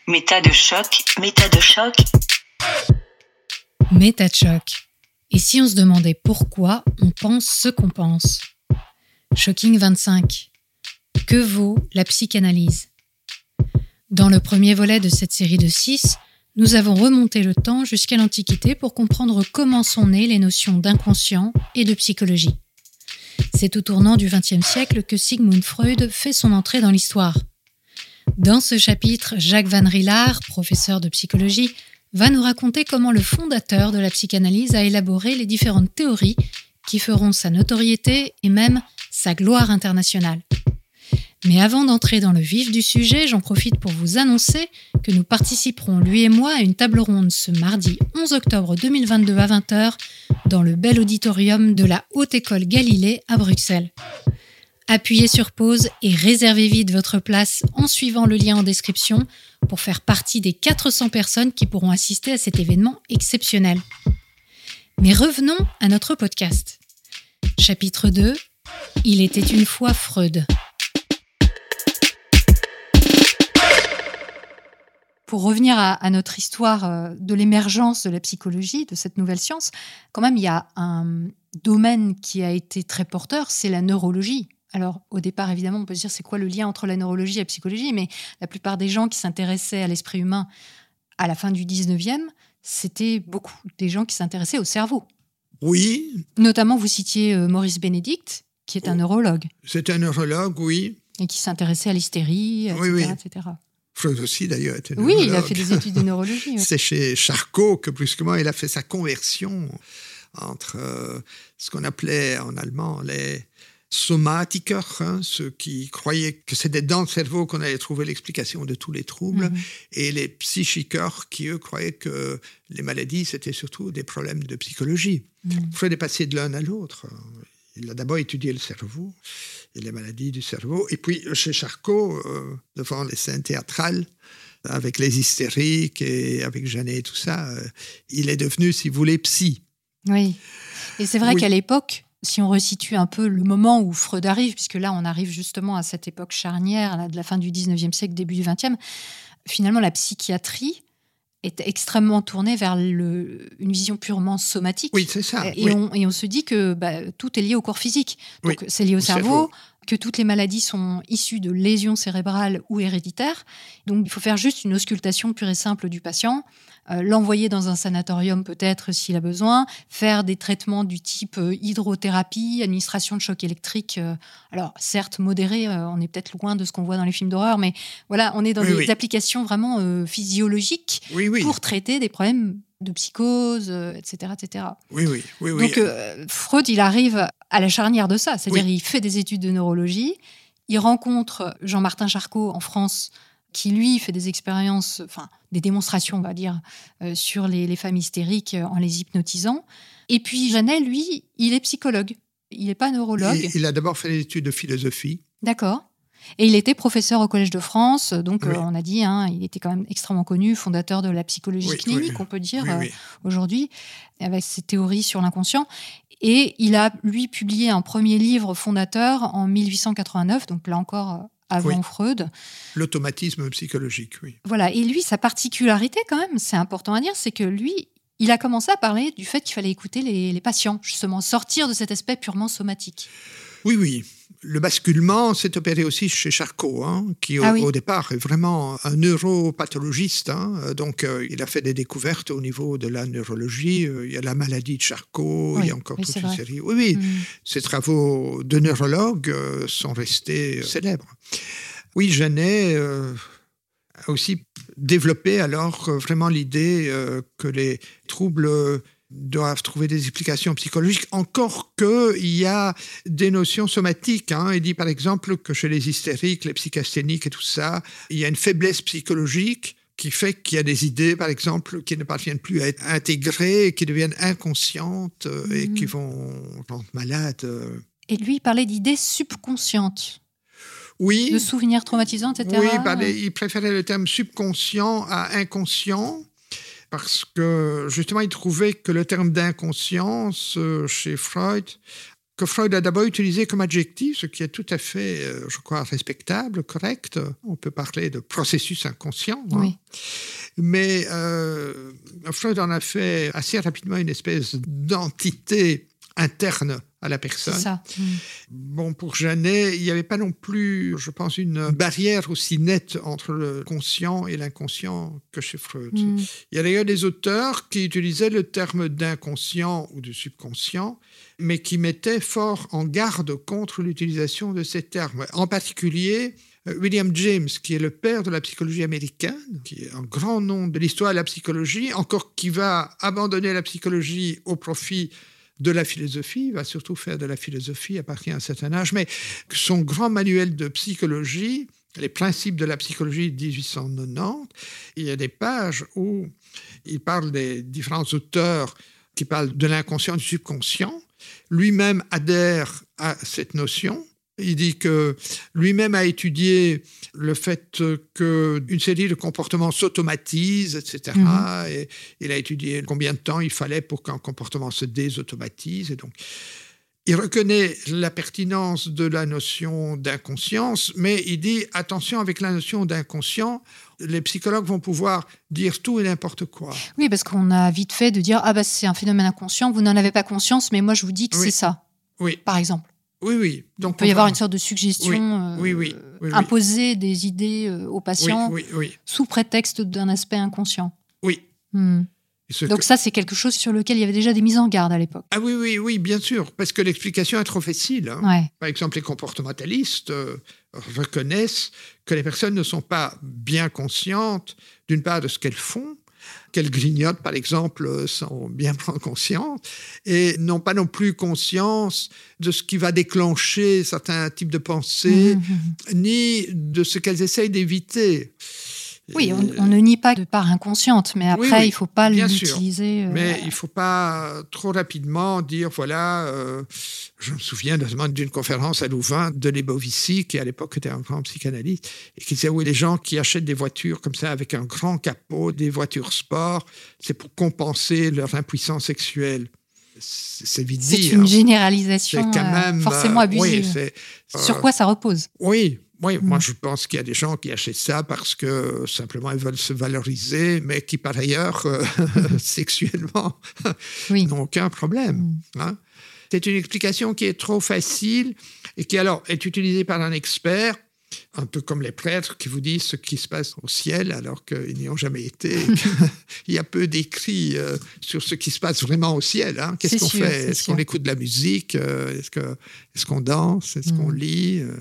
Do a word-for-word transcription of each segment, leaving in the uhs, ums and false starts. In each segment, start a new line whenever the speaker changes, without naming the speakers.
Méta de choc, méta de choc.
Méta de choc. Et si on se demandait pourquoi on pense ce qu'on pense? Shocking vingt-cinq. Que vaut la psychanalyse? Dans le premier volet de cette série de six, nous avons remonté le temps jusqu'à l'Antiquité pour comprendre comment sont nées les notions d'inconscient et de psychologie. C'est au tournant du vingtième siècle que Sigmund Freud fait son entrée dans l'histoire. Dans ce chapitre, Jacques Van Rielaar, professeur de psychologie, va nous raconter comment le fondateur de la psychanalyse a élaboré les différentes théories qui feront sa notoriété et même sa gloire internationale. Mais avant d'entrer dans le vif du sujet, j'en profite pour vous annoncer que nous participerons, lui et moi, à une table ronde ce mardi onze octobre deux mille vingt-deux à vingt heures dans le bel auditorium de la Haute École Galilée à Bruxelles. Appuyez sur pause et réservez vite votre place en suivant le lien en description pour faire partie des quatre cents personnes qui pourront assister à cet événement exceptionnel. Mais revenons à notre podcast. Chapitre deux. Il était une fois Freud. Pour revenir à, à notre histoire de l'émergence de la psychologie, de cette nouvelle science, quand même, il y a un domaine qui a été très porteur, c'est la neurologie. Alors, au départ, évidemment, on peut se dire c'est quoi le lien entre la neurologie et la psychologie, mais la plupart des gens qui s'intéressaient à l'esprit humain à la fin du dix-neuvième, c'était beaucoup des gens qui s'intéressaient au cerveau.
Oui.
Notamment, vous citiez euh, Maurice Bénédicte, qui est un neurologue.
C'est un neurologue, oui.
Et qui s'intéressait à l'hystérie, et cetera,
oui, oui.
et cetera.
Freud aussi, d'ailleurs, était neurologue.
Oui, il a fait des études de neurologie. Oui.
C'est chez Charcot que, brusquement, il a fait sa conversion entre euh, ce qu'on appelait en allemand les somatiker, hein, ceux qui croyaient que c'était dans le cerveau qu'on allait trouver l'explication de tous les troubles, mm-hmm. et les psychiqueurs qui, eux, croyaient que les maladies, c'était surtout des problèmes de psychologie. Mm. Freud est passé de l'un à l'autre. Il a d'abord étudié le cerveau et les maladies du cerveau. Et puis, chez Charcot, euh, devant les scènes théâtrales, avec les hystériques et avec Janet et tout ça, euh, il est devenu, si vous voulez, psy.
Oui. Et c'est vrai
oui.
qu'à l'époque, si on resitue un peu le moment où Freud arrive, puisque là, on arrive justement à cette époque charnière, là, de la fin du dix-neuvième siècle, début du vingtième, finalement, la psychiatrie est extrêmement tournée vers le, une vision purement somatique.
Oui, c'est ça.
Et,
oui.
on, et on se dit que bah, tout est lié au corps physique. Donc,
oui,
c'est lié au, au cerveau, cerveau, que toutes les maladies sont issues de lésions cérébrales ou héréditaires. Donc, il faut faire juste une auscultation pure et simple du patient, euh, l'envoyer dans un sanatorium peut-être s'il a besoin, faire des traitements du type euh, hydrothérapie, administration de choc électrique. Euh, alors, certes, modéré, euh, on est peut-être loin de ce qu'on voit dans les films d'horreur, mais voilà, on est dans oui, des oui. applications vraiment euh, physiologiques
oui, oui.
pour traiter des problèmes de psychose, euh, et cetera, et cetera.
Oui, oui, oui. oui.
Donc, euh, Freud, il arrive à la charnière de ça. C'est-à-dire,
oui.
il fait des études de neurologie, il rencontre Jean-Martin Charcot en France, qui, lui, fait des expériences, enfin, des démonstrations, on va dire, euh, sur les, les femmes hystériques euh, en les hypnotisant. Et puis, Janet, lui, il est psychologue. Il n'est pas neurologue.
Il, il a d'abord fait des études de philosophie.
D'accord. Et il était professeur au Collège de France, donc oui. euh, on a dit, hein, il était quand même extrêmement connu, fondateur de la psychologie oui, clinique, oui. on peut dire,
oui, oui.
Euh, aujourd'hui, avec ses théories sur l'inconscient. Et il a, lui, publié un premier livre fondateur en dix-huit cent quatre-vingt-neuf, donc là encore avant
oui.
Freud.
L'automatisme psychologique, oui.
Voilà, et lui, sa particularité quand même, c'est important à dire, c'est que lui, il a commencé à parler du fait qu'il fallait écouter les, les patients, justement, sortir de cet aspect purement somatique.
Oui, oui. Le basculement s'est opéré aussi chez Charcot, hein, qui au,
ah oui.
au départ est vraiment un neuropathologiste. Hein, donc, euh, il a fait des découvertes au niveau de la neurologie. Euh, il y a la maladie de Charcot,
oui,
il y a encore
oui,
toute une
vrai.
série. Oui, oui.
Mm.
Ces travaux de neurologue euh, sont restés célèbres. Oui, Janet euh, a aussi développé alors euh, vraiment l'idée euh, que les troubles doivent trouver des explications psychologiques, encore qu'il y a des notions somatiques. Hein. Il dit par exemple que chez les hystériques, les psychasthéniques et tout ça, il y a une faiblesse psychologique qui fait qu'il y a des idées, par exemple, qui ne parviennent plus à être intégrées, qui deviennent inconscientes mmh. et qui vont rendre malades.
Et lui, il parlait d'idées subconscientes.
Oui.
De souvenirs traumatisants, et cetera.
Oui, il, parlait, il préférait le terme subconscient à inconscient. Parce que, justement, il trouvait que le terme d'inconscience, euh, chez Freud, que Freud a d'abord utilisé comme adjectif, ce qui est tout à fait, euh, je crois, respectable, correct. On peut parler de processus inconscient. Hein.
Oui.
Mais euh, Freud en a fait assez rapidement une espèce d'entité interne à la personne.
C'est ça. Mmh.
Bon, pour Janet, il n'y avait pas non plus, je pense, une barrière aussi nette entre le conscient et l'inconscient que chez Freud. Mmh. Il y a d'ailleurs des auteurs qui utilisaient le terme d'inconscient ou de subconscient, mais qui mettaient fort en garde contre l'utilisation de ces termes. En particulier, William James, qui est le père de la psychologie américaine, qui est un grand nom de l'histoire de la psychologie, encore qui va abandonner la psychologie au profit de la philosophie, il va surtout faire de la philosophie à partir d'un certain âge, mais son grand manuel de psychologie, les principes de la psychologie de dix-huit cent quatre-vingt-dix, il y a des pages où il parle des différents auteurs qui parlent de l'inconscient et du subconscient. Lui-même adhère à cette notion. Il dit que lui-même a étudié le fait qu'une série de comportements s'automatisent, et cetera. Mmh. Et il a étudié combien de temps il fallait pour qu'un comportement se désautomatise. Et donc, il reconnaît la pertinence de la notion d'inconscience, mais il dit, attention, avec la notion d'inconscient, les psychologues vont pouvoir dire tout et n'importe quoi.
Oui, parce qu'on a vite fait de dire, ah bah c'est un phénomène inconscient, vous n'en avez pas conscience, mais moi je vous dis que
oui.
c'est ça,
oui.
par exemple.
Oui, oui. Donc,
il peut y avoir une sorte de suggestion,
oui, oui, oui,
euh,
oui, oui.
imposer des idées euh, aux patients
oui, oui, oui.
sous prétexte d'un aspect inconscient.
Oui.
Hmm. Donc
que...
ça, c'est quelque chose sur lequel il y avait déjà des mises en garde à l'époque.
Ah oui, oui, oui, bien sûr, parce que l'explication est trop facile. Hein.
Ouais.
Par exemple, les comportementalistes euh, reconnaissent que les personnes ne sont pas bien conscientes, d'une part, de ce qu'elles font, qu'elles grignotent, par exemple, sans bien prendre conscience, et n'ont pas non plus conscience de ce qui va déclencher certains types de pensées, mmh. ni de ce qu'elles essayent d'éviter.
Oui, on, on ne nie pas de part inconsciente, mais après, oui, oui, il ne faut pas l'utiliser.
Euh, mais il ne faut pas trop rapidement dire, voilà, euh, je me souviens notamment d'une conférence à Louvain de Lebovici, qui à l'époque était un grand psychanalyste, et qui disait, oui, les gens qui achètent des voitures comme ça, avec un grand capot, des voitures sport, c'est pour compenser leur impuissance sexuelle. C'est vite dit.
C'est une généralisation
c'est quand même,
forcément abusive.
Oui, c'est,
euh, Sur quoi ça repose ?
Oui. Oui, mmh. moi je pense qu'il y a des gens qui achètent ça parce que simplement ils veulent se valoriser, mais qui par ailleurs, euh, sexuellement, oui. n'ont aucun problème. Mmh. Hein. C'est une explication qui est trop facile et qui alors est utilisée par un expert, un peu comme les prêtres qui vous disent ce qui se passe au ciel alors qu'ils n'y ont jamais été. Il y a peu d'écrits euh, sur ce qui se passe vraiment au ciel. Hein. Qu'est-ce c'est qu'on sûr, fait Est-ce sûr. qu'on écoute de la musique euh, Est-ce, que, est-ce qu'on danse Est-ce mmh. qu'on lit euh,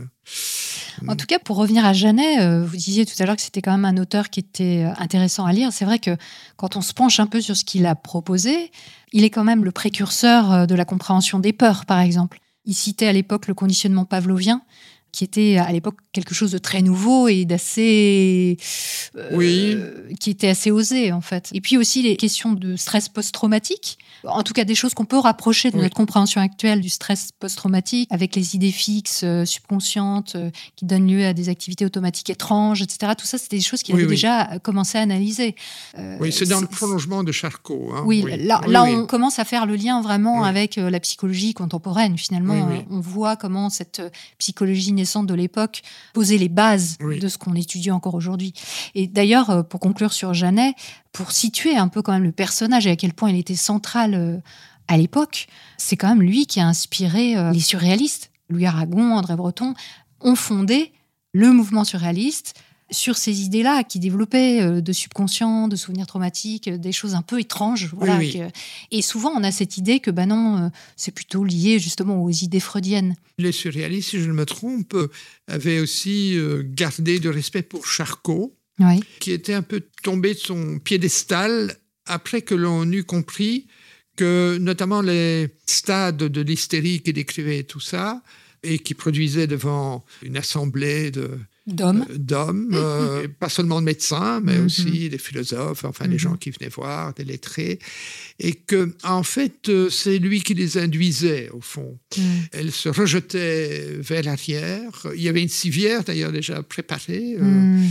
En tout cas, pour revenir à Janet, euh, vous disiez tout à l'heure que c'était quand même un auteur qui était intéressant à lire. C'est vrai que quand on se penche un peu sur ce qu'il a proposé, il est quand même le précurseur de la compréhension des peurs, par exemple. Il citait à l'époque le conditionnement pavlovien, qui était à l'époque quelque chose de très nouveau et d'assez... Euh,
oui.
qui était assez osé, en fait. Et puis aussi les questions de stress post-traumatique, en tout cas des choses qu'on peut rapprocher de oui. notre compréhension actuelle du stress post-traumatique, avec les idées fixes, euh, subconscientes, euh, qui donnent lieu à des activités automatiques étranges, et cetera. Tout ça, c'était des choses qu'il oui, avait oui. déjà commencé à analyser.
Euh, oui, c'est dans c'est... le prolongement de Charcot. Hein.
Oui,
oui,
là,
oui,
là
oui.
on commence à faire le lien vraiment oui. avec euh, la psychologie contemporaine. Finalement, oui, oui. on voit comment cette psychologie naissante de l'époque posait les bases oui. de ce qu'on étudie encore aujourd'hui. Et d'ailleurs, pour conclure sur Janet, pour situer un peu quand même le personnage et à quel point il était central euh, à l'époque, c'est quand même lui qui a inspiré euh, les surréalistes. Louis Aragon, André Breton ont fondé le mouvement surréaliste sur ces idées-là qui développaient euh, de subconscient, de souvenirs traumatiques, euh, des choses un peu étranges. Voilà,
oui, oui.
Que, et souvent, on a cette idée que bah non, euh, c'est plutôt lié justement aux idées freudiennes.
Les surréalistes, si je ne me trompe, avaient aussi euh, gardé du respect pour Charcot,
oui.
qui était un peu tombé de son piédestal après que l'on eut compris que notamment les stades de l'hystérie qui décrivaient tout ça et qui produisaient devant une assemblée de
d'hommes,
euh, d'hommes euh, pas seulement de médecins, mais mm-hmm. aussi des philosophes, enfin mm-hmm. des gens qui venaient voir, des lettrés, et que en fait c'est lui qui les induisait au fond. Mm. Elles se rejetaient vers l'arrière. Il y avait une civière d'ailleurs déjà préparée. Euh,
mm.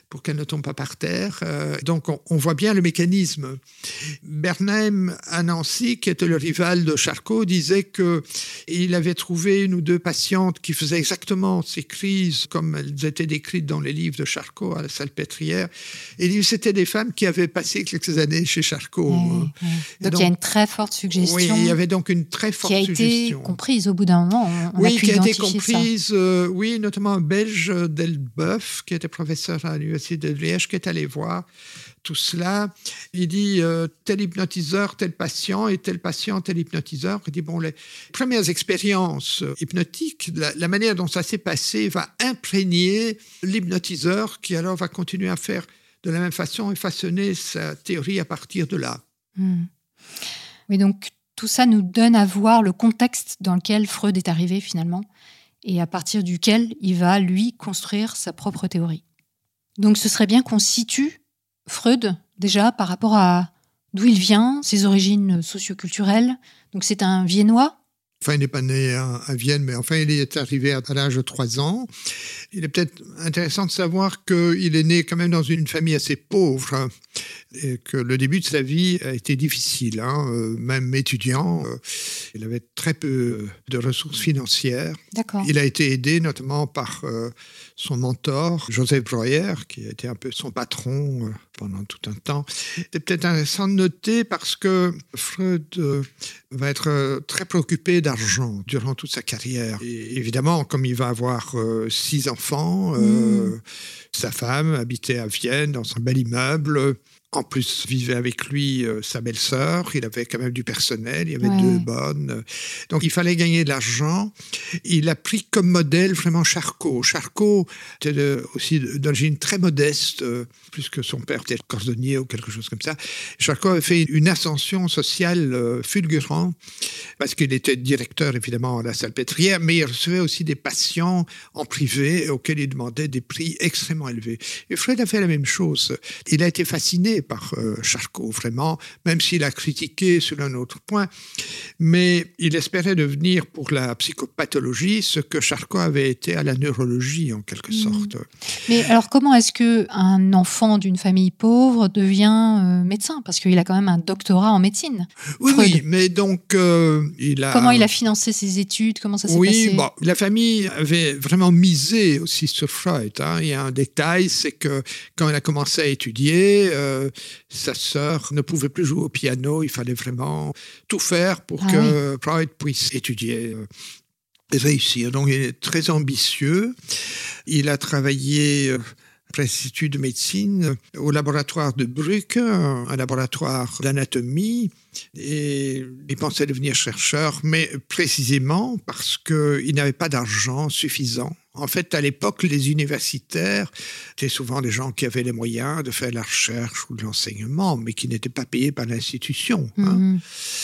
pour qu'elle ne tombe pas par terre. Euh, donc, on, on voit bien le mécanisme. Bernheim, à Nancy, qui était le rival de Charcot, disait qu'il avait trouvé une ou deux patientes qui faisaient exactement ces crises comme elles étaient décrites dans les livres de Charcot à la Salpêtrière. Et il dit que c'était des femmes qui avaient passé quelques années chez Charcot.
Oui, oui. Donc, donc, il y a une très forte suggestion.
Oui, il y avait donc une très forte suggestion.
Qui a été comprise au bout d'un moment. On, on
oui,
a pu
qui a été
identifier
comprise, euh, oui, notamment un Belge, Delboeuf, qui était professeur à l'Université de Liège, qui est allé voir tout cela. Il dit euh, tel hypnotiseur, tel patient, et tel patient, tel hypnotiseur. Il dit bon, les premières expériences hypnotiques, la, la manière dont ça s'est passé va imprégner l'hypnotiseur qui alors va continuer à faire de la même façon et façonner sa théorie à partir de là.
Mmh. Oui, donc tout ça nous donne à voir le contexte dans lequel Freud est arrivé finalement et à partir duquel il va, lui, construire sa propre théorie. Donc ce serait bien qu'on situe Freud déjà par rapport à d'où il vient, ses origines socioculturelles. Donc c'est un Viennois.
Enfin, il n'est pas né à, à Vienne, mais enfin, il est arrivé à, à l'âge de trois ans. Il est peut-être intéressant de savoir qu'il est né quand même dans une famille assez pauvre, hein, et que le début de sa vie a été difficile, hein, euh, même étudiant. Euh, il avait très peu de ressources financières.
D'accord.
Il a été aidé notamment par euh, son mentor, Joseph Breuer, qui a été un peu son patron euh, pendant tout un temps. C'est peut-être intéressant de noter parce que Freud euh, va être euh, très préoccupé d'argent durant toute sa carrière. Et évidemment, comme il va avoir euh, six enfants, euh, mmh. sa femme habitait à Vienne dans un bel immeuble. En plus, vivait avec lui euh, sa belle-sœur. Il avait quand même du personnel. Il y avait ouais. deux bonnes. Donc, il fallait gagner de l'argent. Il a pris comme modèle vraiment Charcot. Charcot était de, aussi d'origine très modeste, euh, plus que son père était cordonnier ou quelque chose comme ça. Charcot avait fait une ascension sociale euh, fulgurante parce qu'il était directeur, évidemment, à la Salpêtrière, mais il recevait aussi des patients en privé auxquels il demandait des prix extrêmement élevés. Et Freud a fait la même chose. Il a été fasciné par euh, Charcot, vraiment, même s'il a critiqué sur un autre point. Mais il espérait devenir pour la psychopathologie ce que Charcot avait été à la neurologie, en quelque mmh. sorte.
Mais alors, comment est-ce qu'un enfant d'une famille pauvre devient euh, médecin ? Parce qu'il a quand même un doctorat en médecine.
Oui,
Freud.
oui, mais donc, euh, il a...
Comment il a financé ses études ? Comment ça s'est
oui,
passé ?
Oui, bon, la famille avait vraiment misé aussi sur Freud. Hein. Il y a un détail, c'est que quand il a commencé à étudier, euh, sa sœur ne pouvait plus jouer au piano. Il fallait vraiment tout faire pour ah, que oui. Freud puisse étudier et réussir. Donc, il est très ambitieux. Il a travaillé après ses études de médecine au laboratoire de Brücke, un laboratoire d'anatomie. Et il pensait devenir chercheur, mais précisément parce qu'il n'avait pas d'argent suffisant. En fait, à l'époque, les universitaires étaient souvent des gens qui avaient les moyens de faire de la recherche ou de l'enseignement, mais qui n'étaient pas payés par l'institution. Mmh. Hein.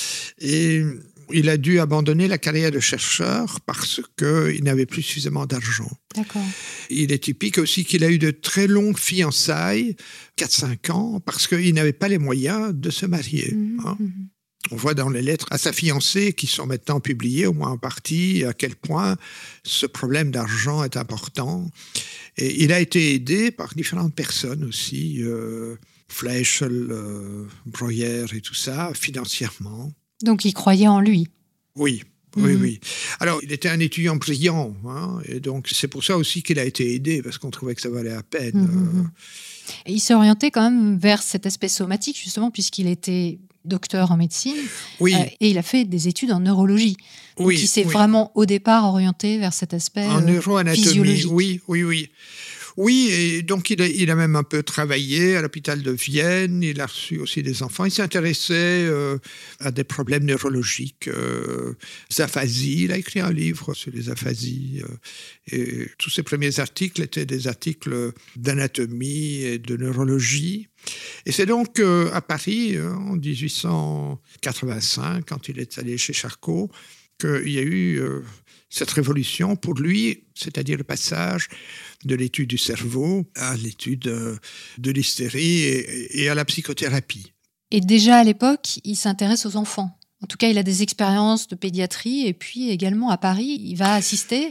Et il a dû abandonner la carrière de chercheur parce qu'il n'avait plus suffisamment d'argent.
D'accord.
Il est typique aussi qu'il a eu de très longues fiançailles, quatre à cinq ans, parce qu'il n'avait pas les moyens de se marier. Mmh. Hein. On voit dans les lettres à sa fiancée, qui sont maintenant publiées, au moins en partie, à quel point ce problème d'argent est important. Et il a été aidé par différentes personnes aussi, euh, Fleischl, euh, Breuer et tout ça, financièrement.
Donc il croyait en lui.
Oui.
Mmh.
Oui, oui. Alors, il était un étudiant brillant, hein, et donc c'est pour ça aussi qu'il a été aidé, parce qu'on trouvait que ça valait la peine.
Mmh.
Euh...
Et il s'est orienté quand même vers cet aspect somatique, justement, puisqu'il était docteur en médecine,
oui.
euh, et il a fait des études en neurologie. Donc
oui,
il s'est
oui.
vraiment, au départ, orienté vers cet aspect
en
euh,
neuroanatomie,
physiologique.
Oui, oui, oui. Oui, et donc il a, il a même un peu travaillé à l'hôpital de Vienne, il a reçu aussi des enfants, il s'intéressait euh, à des problèmes neurologiques, euh, aphasie, il a écrit un livre sur les aphasies, euh, et tous ses premiers articles étaient des articles d'anatomie et de neurologie. Et c'est donc euh, à Paris, euh, en dix-huit cent quatre-vingt-cinq, quand il est allé chez Charcot, qu'il y a eu euh, cette révolution pour lui, c'est-à-dire le passage de l'étude du cerveau à l'étude euh, de l'hystérie et, et à la psychothérapie.
Et déjà à l'époque, il s'intéresse aux enfants. En tout cas, il a des expériences de pédiatrie et puis également à Paris, il va assister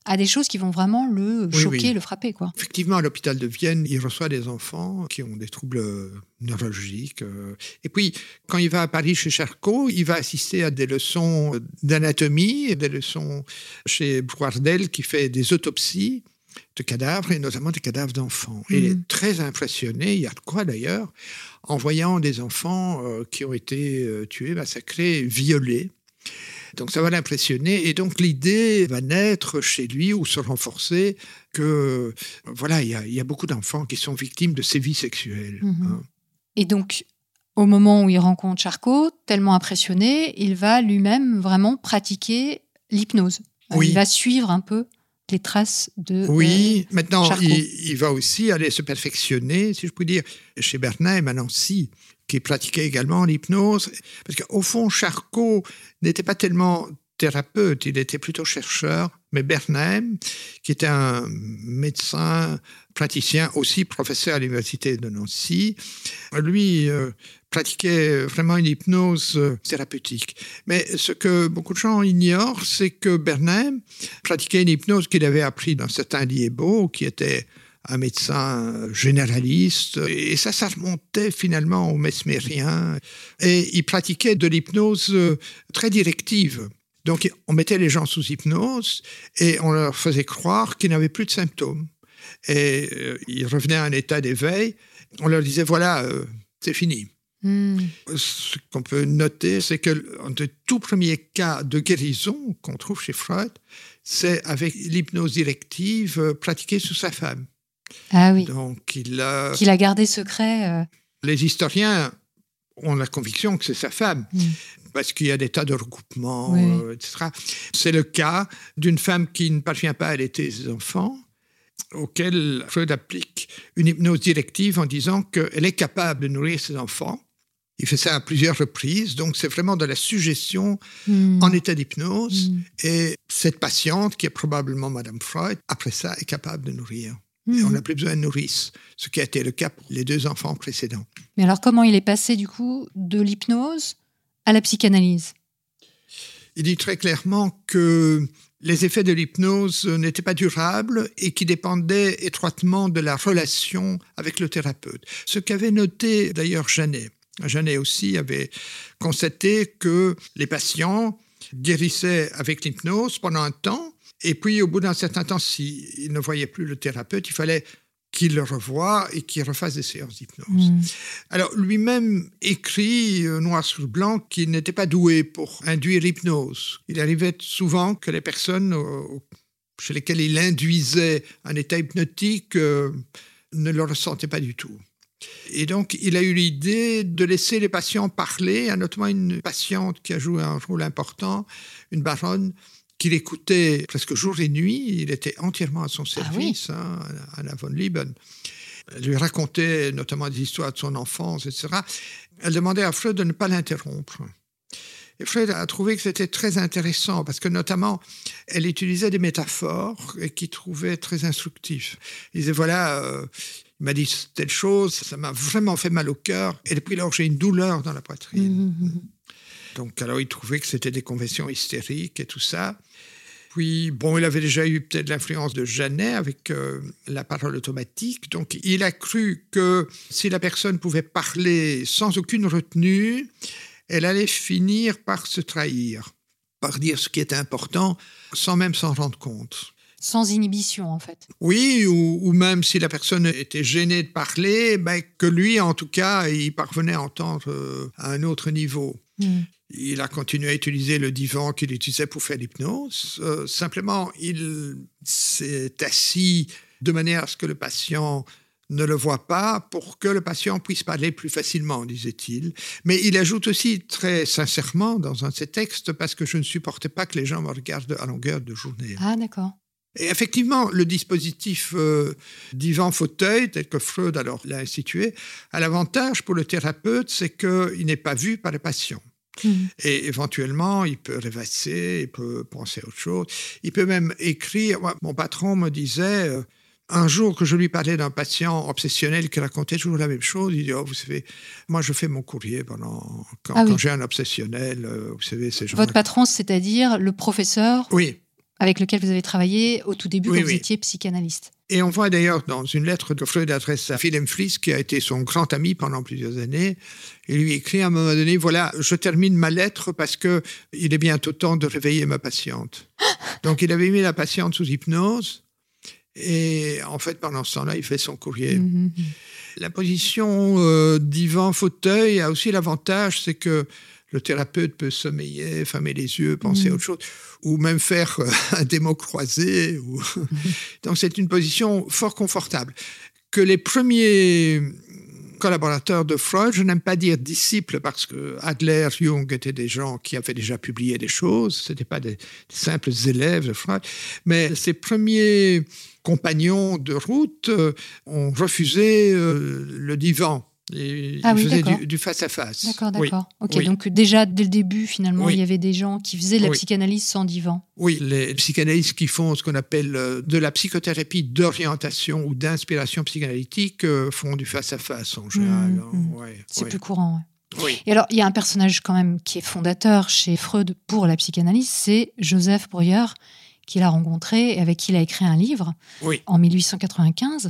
à des choses qui vont vraiment le
Oui,
choquer,
oui.
le frapper, quoi.
Effectivement, à l'hôpital de Vienne, il reçoit des enfants qui ont des troubles neurologiques. Et puis, quand il va à Paris chez Charcot, il va assister à des leçons d'anatomie et des leçons chez Brouardel qui fait des autopsies de cadavres, et notamment des cadavres d'enfants. Et il est très impressionné, il y a de quoi d'ailleurs, en voyant des enfants euh, qui ont été euh, tués, massacrés, violés. Donc ça va l'impressionner, et donc l'idée va naître chez lui ou se renforcer que voilà, il y a, il y a beaucoup d'enfants qui sont victimes de sévices sexuels.
Mmh.
Hein.
Et donc, au moment où il rencontre Charcot, tellement impressionné, il va lui-même vraiment pratiquer l'hypnose.
Oui.
Il va suivre un peu les traces de
Oui,
euh,
maintenant
Charcot.
il, il va aussi aller se perfectionner, si je puis dire, chez Bernheim à Nancy, qui pratiquait également l'hypnose. Parce qu'au fond, Charcot n'était pas tellement thérapeute, il était plutôt chercheur. Mais Bernheim, qui était un médecin praticien, aussi professeur à l'université de Nancy, lui euh, pratiquait vraiment une hypnose thérapeutique. Mais ce que beaucoup de gens ignorent, c'est que Bernheim pratiquait une hypnose qu'il avait appris d'un certain Liébaud, qui était un médecin généraliste, et ça, ça remontait finalement aux mesmériens. Et il pratiquait de l'hypnose très directive. Donc, on mettait les gens sous hypnose et on leur faisait croire qu'ils n'avaient plus de symptômes. Et euh, ils revenaient à un état d'éveil. On leur disait, voilà, euh, c'est fini.
Mmh.
Ce qu'on peut noter, c'est que un des tout premiers cas de guérison qu'on trouve chez Freud, c'est avec l'hypnose directive euh, pratiquée sur sa femme.
Ah oui.
Donc, il a...
Qu'il a gardé secret. Euh...
Les historiens ont la conviction que c'est sa femme, mmh. parce qu'il y a des tas de recoupements, oui. euh, et cetera. C'est le cas d'une femme qui ne parvient pas à allaiter ses enfants, auquel Freud applique une hypnose directive en disant qu'elle est capable de nourrir ses enfants. Il fait ça à plusieurs reprises, donc c'est vraiment de la suggestion mmh. en état d'hypnose. Mmh. Et cette patiente, qui est probablement Madame Freud, après ça, est capable de nourrir. Et on n'a plus besoin de nourrice, ce qui a été le cas pour les deux enfants précédents.
Mais alors, comment il est passé, du coup, de l'hypnose à la psychanalyse ?
Il dit très clairement que les effets de l'hypnose n'étaient pas durables et qui dépendaient étroitement de la relation avec le thérapeute. Ce qu'avait noté d'ailleurs Janet. Janet aussi avait constaté que les patients guérissaient avec l'hypnose pendant un temps. Et puis, au bout d'un certain temps, s'il ne voyait plus le thérapeute, il fallait qu'il le revoie et qu'il refasse des séances d'hypnose. Mmh. Alors, lui-même écrit, euh, noir sur blanc, qu'il n'était pas doué pour induire l'hypnose. Il arrivait souvent que les personnes euh, chez lesquelles il induisait un état hypnotique euh, ne le ressentaient pas du tout. Et donc, il a eu l'idée de laisser les patients parler, notamment une patiente qui a joué un rôle important, une baronne, qu'il écoutait presque jour et nuit. Il était entièrement à son service, ah oui. hein, Anna von Lieben. Elle lui racontait notamment des histoires de son enfance, et cetera. Elle demandait à Freud de ne pas l'interrompre. Et Freud a trouvé que c'était très intéressant parce que notamment, elle utilisait des métaphores et qu'il trouvait très instructifs. Il disait, voilà, euh, il m'a dit telle chose, ça m'a vraiment fait mal au cœur. Et depuis lors, j'ai une douleur dans la poitrine. Mmh. Donc, alors, il trouvait que c'était des convulsions hystériques et tout ça. Puis, bon, il avait déjà eu peut-être l'influence de Janet avec euh, la parole automatique. Donc, il a cru que si la personne pouvait parler sans aucune retenue, elle allait finir par se trahir, par dire ce qui était important, sans même s'en rendre compte.
Sans inhibition, en fait.
Oui, ou, ou même si la personne était gênée de parler, ben, que lui, en tout cas, il parvenait à entendre euh, à un autre niveau. Mmh. Il a continué à utiliser le divan qu'il utilisait pour faire l'hypnose. Euh, simplement, il s'est assis de manière à ce que le patient ne le voit pas pour que le patient puisse parler plus facilement, disait-il. Mais il ajoute aussi très sincèrement dans un de ses textes, parce que je ne supportais pas que les gens me regardent à longueur de journée.
Ah, d'accord.
Et effectivement, le dispositif euh, divan-fauteuil, tel que Freud alors l'a institué, a l'avantage pour le thérapeute, c'est qu'il n'est pas vu par le patient. Mmh. Et éventuellement, il peut rêvasser, il peut penser à autre chose. Il peut même écrire. Moi, mon patron me disait, euh, un jour que je lui parlais d'un patient obsessionnel qui racontait toujours la même chose, il dit, oh, vous savez, moi je fais mon courrier pendant, quand, ah, quand oui. j'ai un obsessionnel, euh, vous savez, ces gens.
Votre patron, c'est-à-dire le professeur
oui.
avec lequel vous avez travaillé au tout début
oui,
quand
oui.
vous étiez psychanalyste.
Et on voit d'ailleurs dans une lettre que Freud adresse à Wilhelm Fliess, qui a été son grand ami pendant plusieurs années, il lui écrit à un moment donné, voilà, je termine ma lettre parce que il est bientôt temps de réveiller ma patiente. Donc il avait mis la patiente sous hypnose et en fait pendant ce temps-là, il fait son courrier. Mm-hmm. La position euh, divan-fauteuil a aussi l'avantage, c'est que le thérapeute peut sommeiller, fermer les yeux, penser mmh. à autre chose, ou même faire euh, un démo croisé. Ou... Mmh. Donc c'est une position fort confortable. Que les premiers collaborateurs de Freud, je n'aime pas dire disciples, parce que Adler, Jung étaient des gens qui avaient déjà publié des choses, ce n'étaient pas des, des simples élèves de Freud, mais ces premiers compagnons de route euh, ont refusé euh, le divan. Et
ah
il
oui,
faisait
d'accord.
du, du face-à-face.
D'accord, d'accord.
Oui.
Ok,
Oui.
donc déjà, dès le début, finalement,
oui.
il y avait des gens qui faisaient la
oui.
psychanalyse sans divan.
Oui, les psychanalystes qui font ce qu'on appelle de la psychothérapie d'orientation ou d'inspiration psychanalytique euh, font du face-à-face en général.
Mmh,
hein. ouais,
C'est
ouais.
plus courant, ouais.
Oui.
Et alors, il y a un personnage quand même qui est fondateur chez Freud pour la psychanalyse, c'est Joseph Breuer, qu'il a rencontré et avec qui il a écrit un livre
oui.
en mille huit cent quatre-vingt-quinze,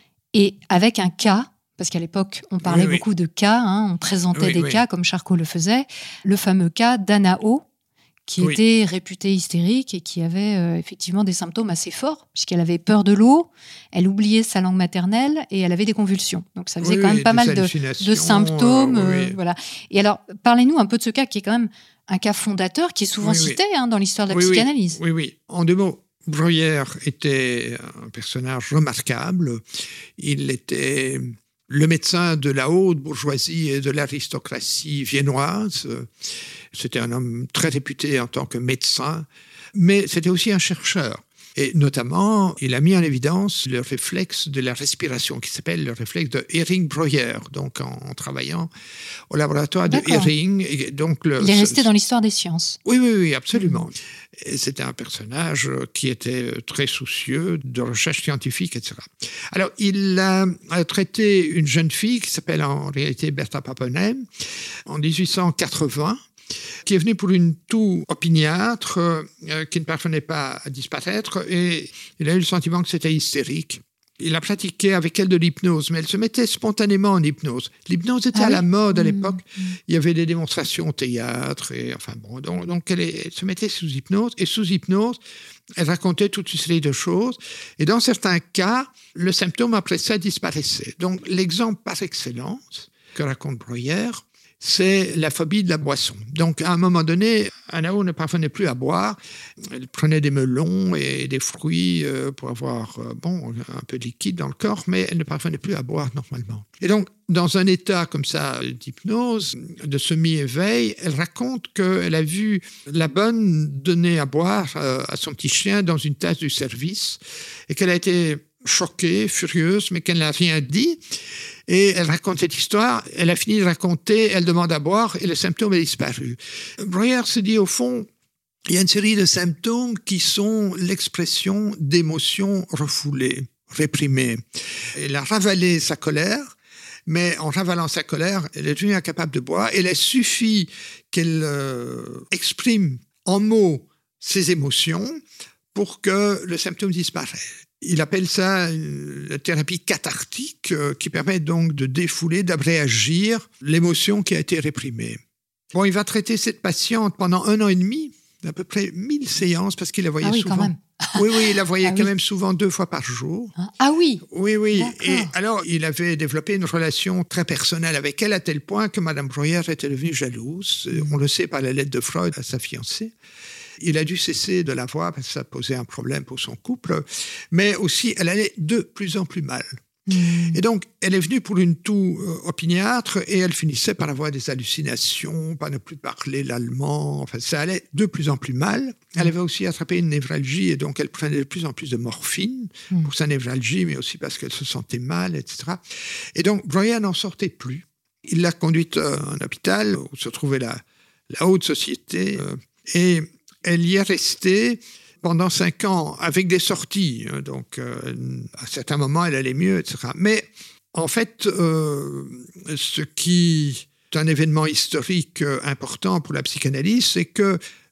et avec un cas, parce qu'à l'époque, on parlait
oui,
beaucoup
oui.
de cas, hein, on présentait
oui,
des
oui.
cas comme Charcot le faisait, le fameux cas d'Anna O, qui
oui.
était réputée hystérique et qui avait euh, effectivement des symptômes assez forts, puisqu'elle avait peur de l'eau, elle oubliait sa langue maternelle et elle avait des convulsions. Donc ça faisait
oui,
quand même
oui,
pas mal de, de symptômes.
Euh,
euh,
oui.
voilà. Et alors, parlez-nous un peu de ce cas qui est quand même un cas fondateur, qui est souvent
oui,
cité
oui.
hein, dans l'histoire de la
oui,
psychanalyse.
Oui, oui, oui. En deux mots, Breuer était un personnage remarquable. Il était le médecin de la haute bourgeoisie et de l'aristocratie viennoise. C'était un homme très réputé en tant que médecin, mais c'était aussi un chercheur. Et notamment, il a mis en évidence le réflexe de la respiration, qui s'appelle le réflexe de Hering-Breuer, donc en, en travaillant au laboratoire de Hering. Et donc le,
il est resté ce, dans l'histoire des sciences.
Oui, oui, oui, absolument. Mmh. Et c'était un personnage qui était très soucieux de recherche scientifique, et cetera. Alors, il a traité une jeune fille qui s'appelle en réalité Bertha Pappenheim en dix-huit cent quatre-vingts, qui est venue pour une toux opiniâtre euh, qui ne parvenait pas à disparaître, et il a eu le sentiment que c'était hystérique. Il a pratiqué avec elle de l'hypnose, mais elle se mettait spontanément en hypnose. L'hypnose était ah à oui la mode à l'époque. Mmh. Il y avait des démonstrations au théâtre, et enfin bon, donc, donc elle, est, elle se mettait sous hypnose, et sous hypnose, elle racontait toute une série de choses, et dans certains cas, le symptôme après ça disparaissait. Donc l'exemple par excellence que raconte Breuer, c'est la phobie de la boisson. Donc, à un moment donné, Anna O ne parvenait plus à boire. Elle prenait des melons et des fruits pour avoir bon, un peu de liquide dans le corps, mais elle ne parvenait plus à boire normalement. Et donc, dans un état comme ça d'hypnose, de semi-éveil, elle raconte qu'elle a vu la bonne donner à boire à son petit chien dans une tasse du service et qu'elle a été choquée, furieuse, mais qu'elle n'a rien dit. Et elle raconte cette histoire, elle a fini de raconter, elle demande à boire et le symptôme est disparu. Breuer se dit au fond, il y a une série de symptômes qui sont l'expression d'émotions refoulées, réprimées. Elle a ravalé sa colère, mais en ravalant sa colère, elle est devenue incapable de boire. Il a suffi qu'elle euh, exprime en mots ses émotions pour que le symptôme disparaisse. Il appelle ça la thérapie cathartique euh, qui permet donc de défouler, d'abréagir l'émotion qui a été réprimée. Bon, il va traiter cette patiente pendant un an et demi, à peu près mille séances, parce qu'il la voyait
ah oui,
souvent.
Quand même.
Oui, oui, il la voyait
ah
quand
oui.
même souvent deux fois par jour.
Ah oui.
Oui, oui.
D'accord.
Et alors, il avait développé une relation très personnelle avec elle, à tel point que Madame Breuer était devenue jalouse. On le sait par la lettre de Freud à sa fiancée. Il a dû cesser de la voir parce que ça posait un problème pour son couple, mais aussi elle allait de plus en plus mal. Mmh. Et donc, elle est venue pour une toux euh, opiniâtre et elle finissait par avoir des hallucinations, par ne plus parler l'allemand. Enfin, ça allait de plus en plus mal. Mmh. Elle avait aussi attrapé une névralgie et donc elle prenait de plus en plus de morphine mmh. pour sa névralgie, mais aussi parce qu'elle se sentait mal, et cetera. Et donc, Breuer n'en sortait plus. Il l'a conduite à un hôpital où se trouvait la, la haute société euh, et elle y est restée pendant cinq ans avec des sorties. Donc, euh, à certains moments, elle allait mieux, et cetera. Mais en fait, euh, ce qui est un événement historique important pour la psychanalyse, c'est que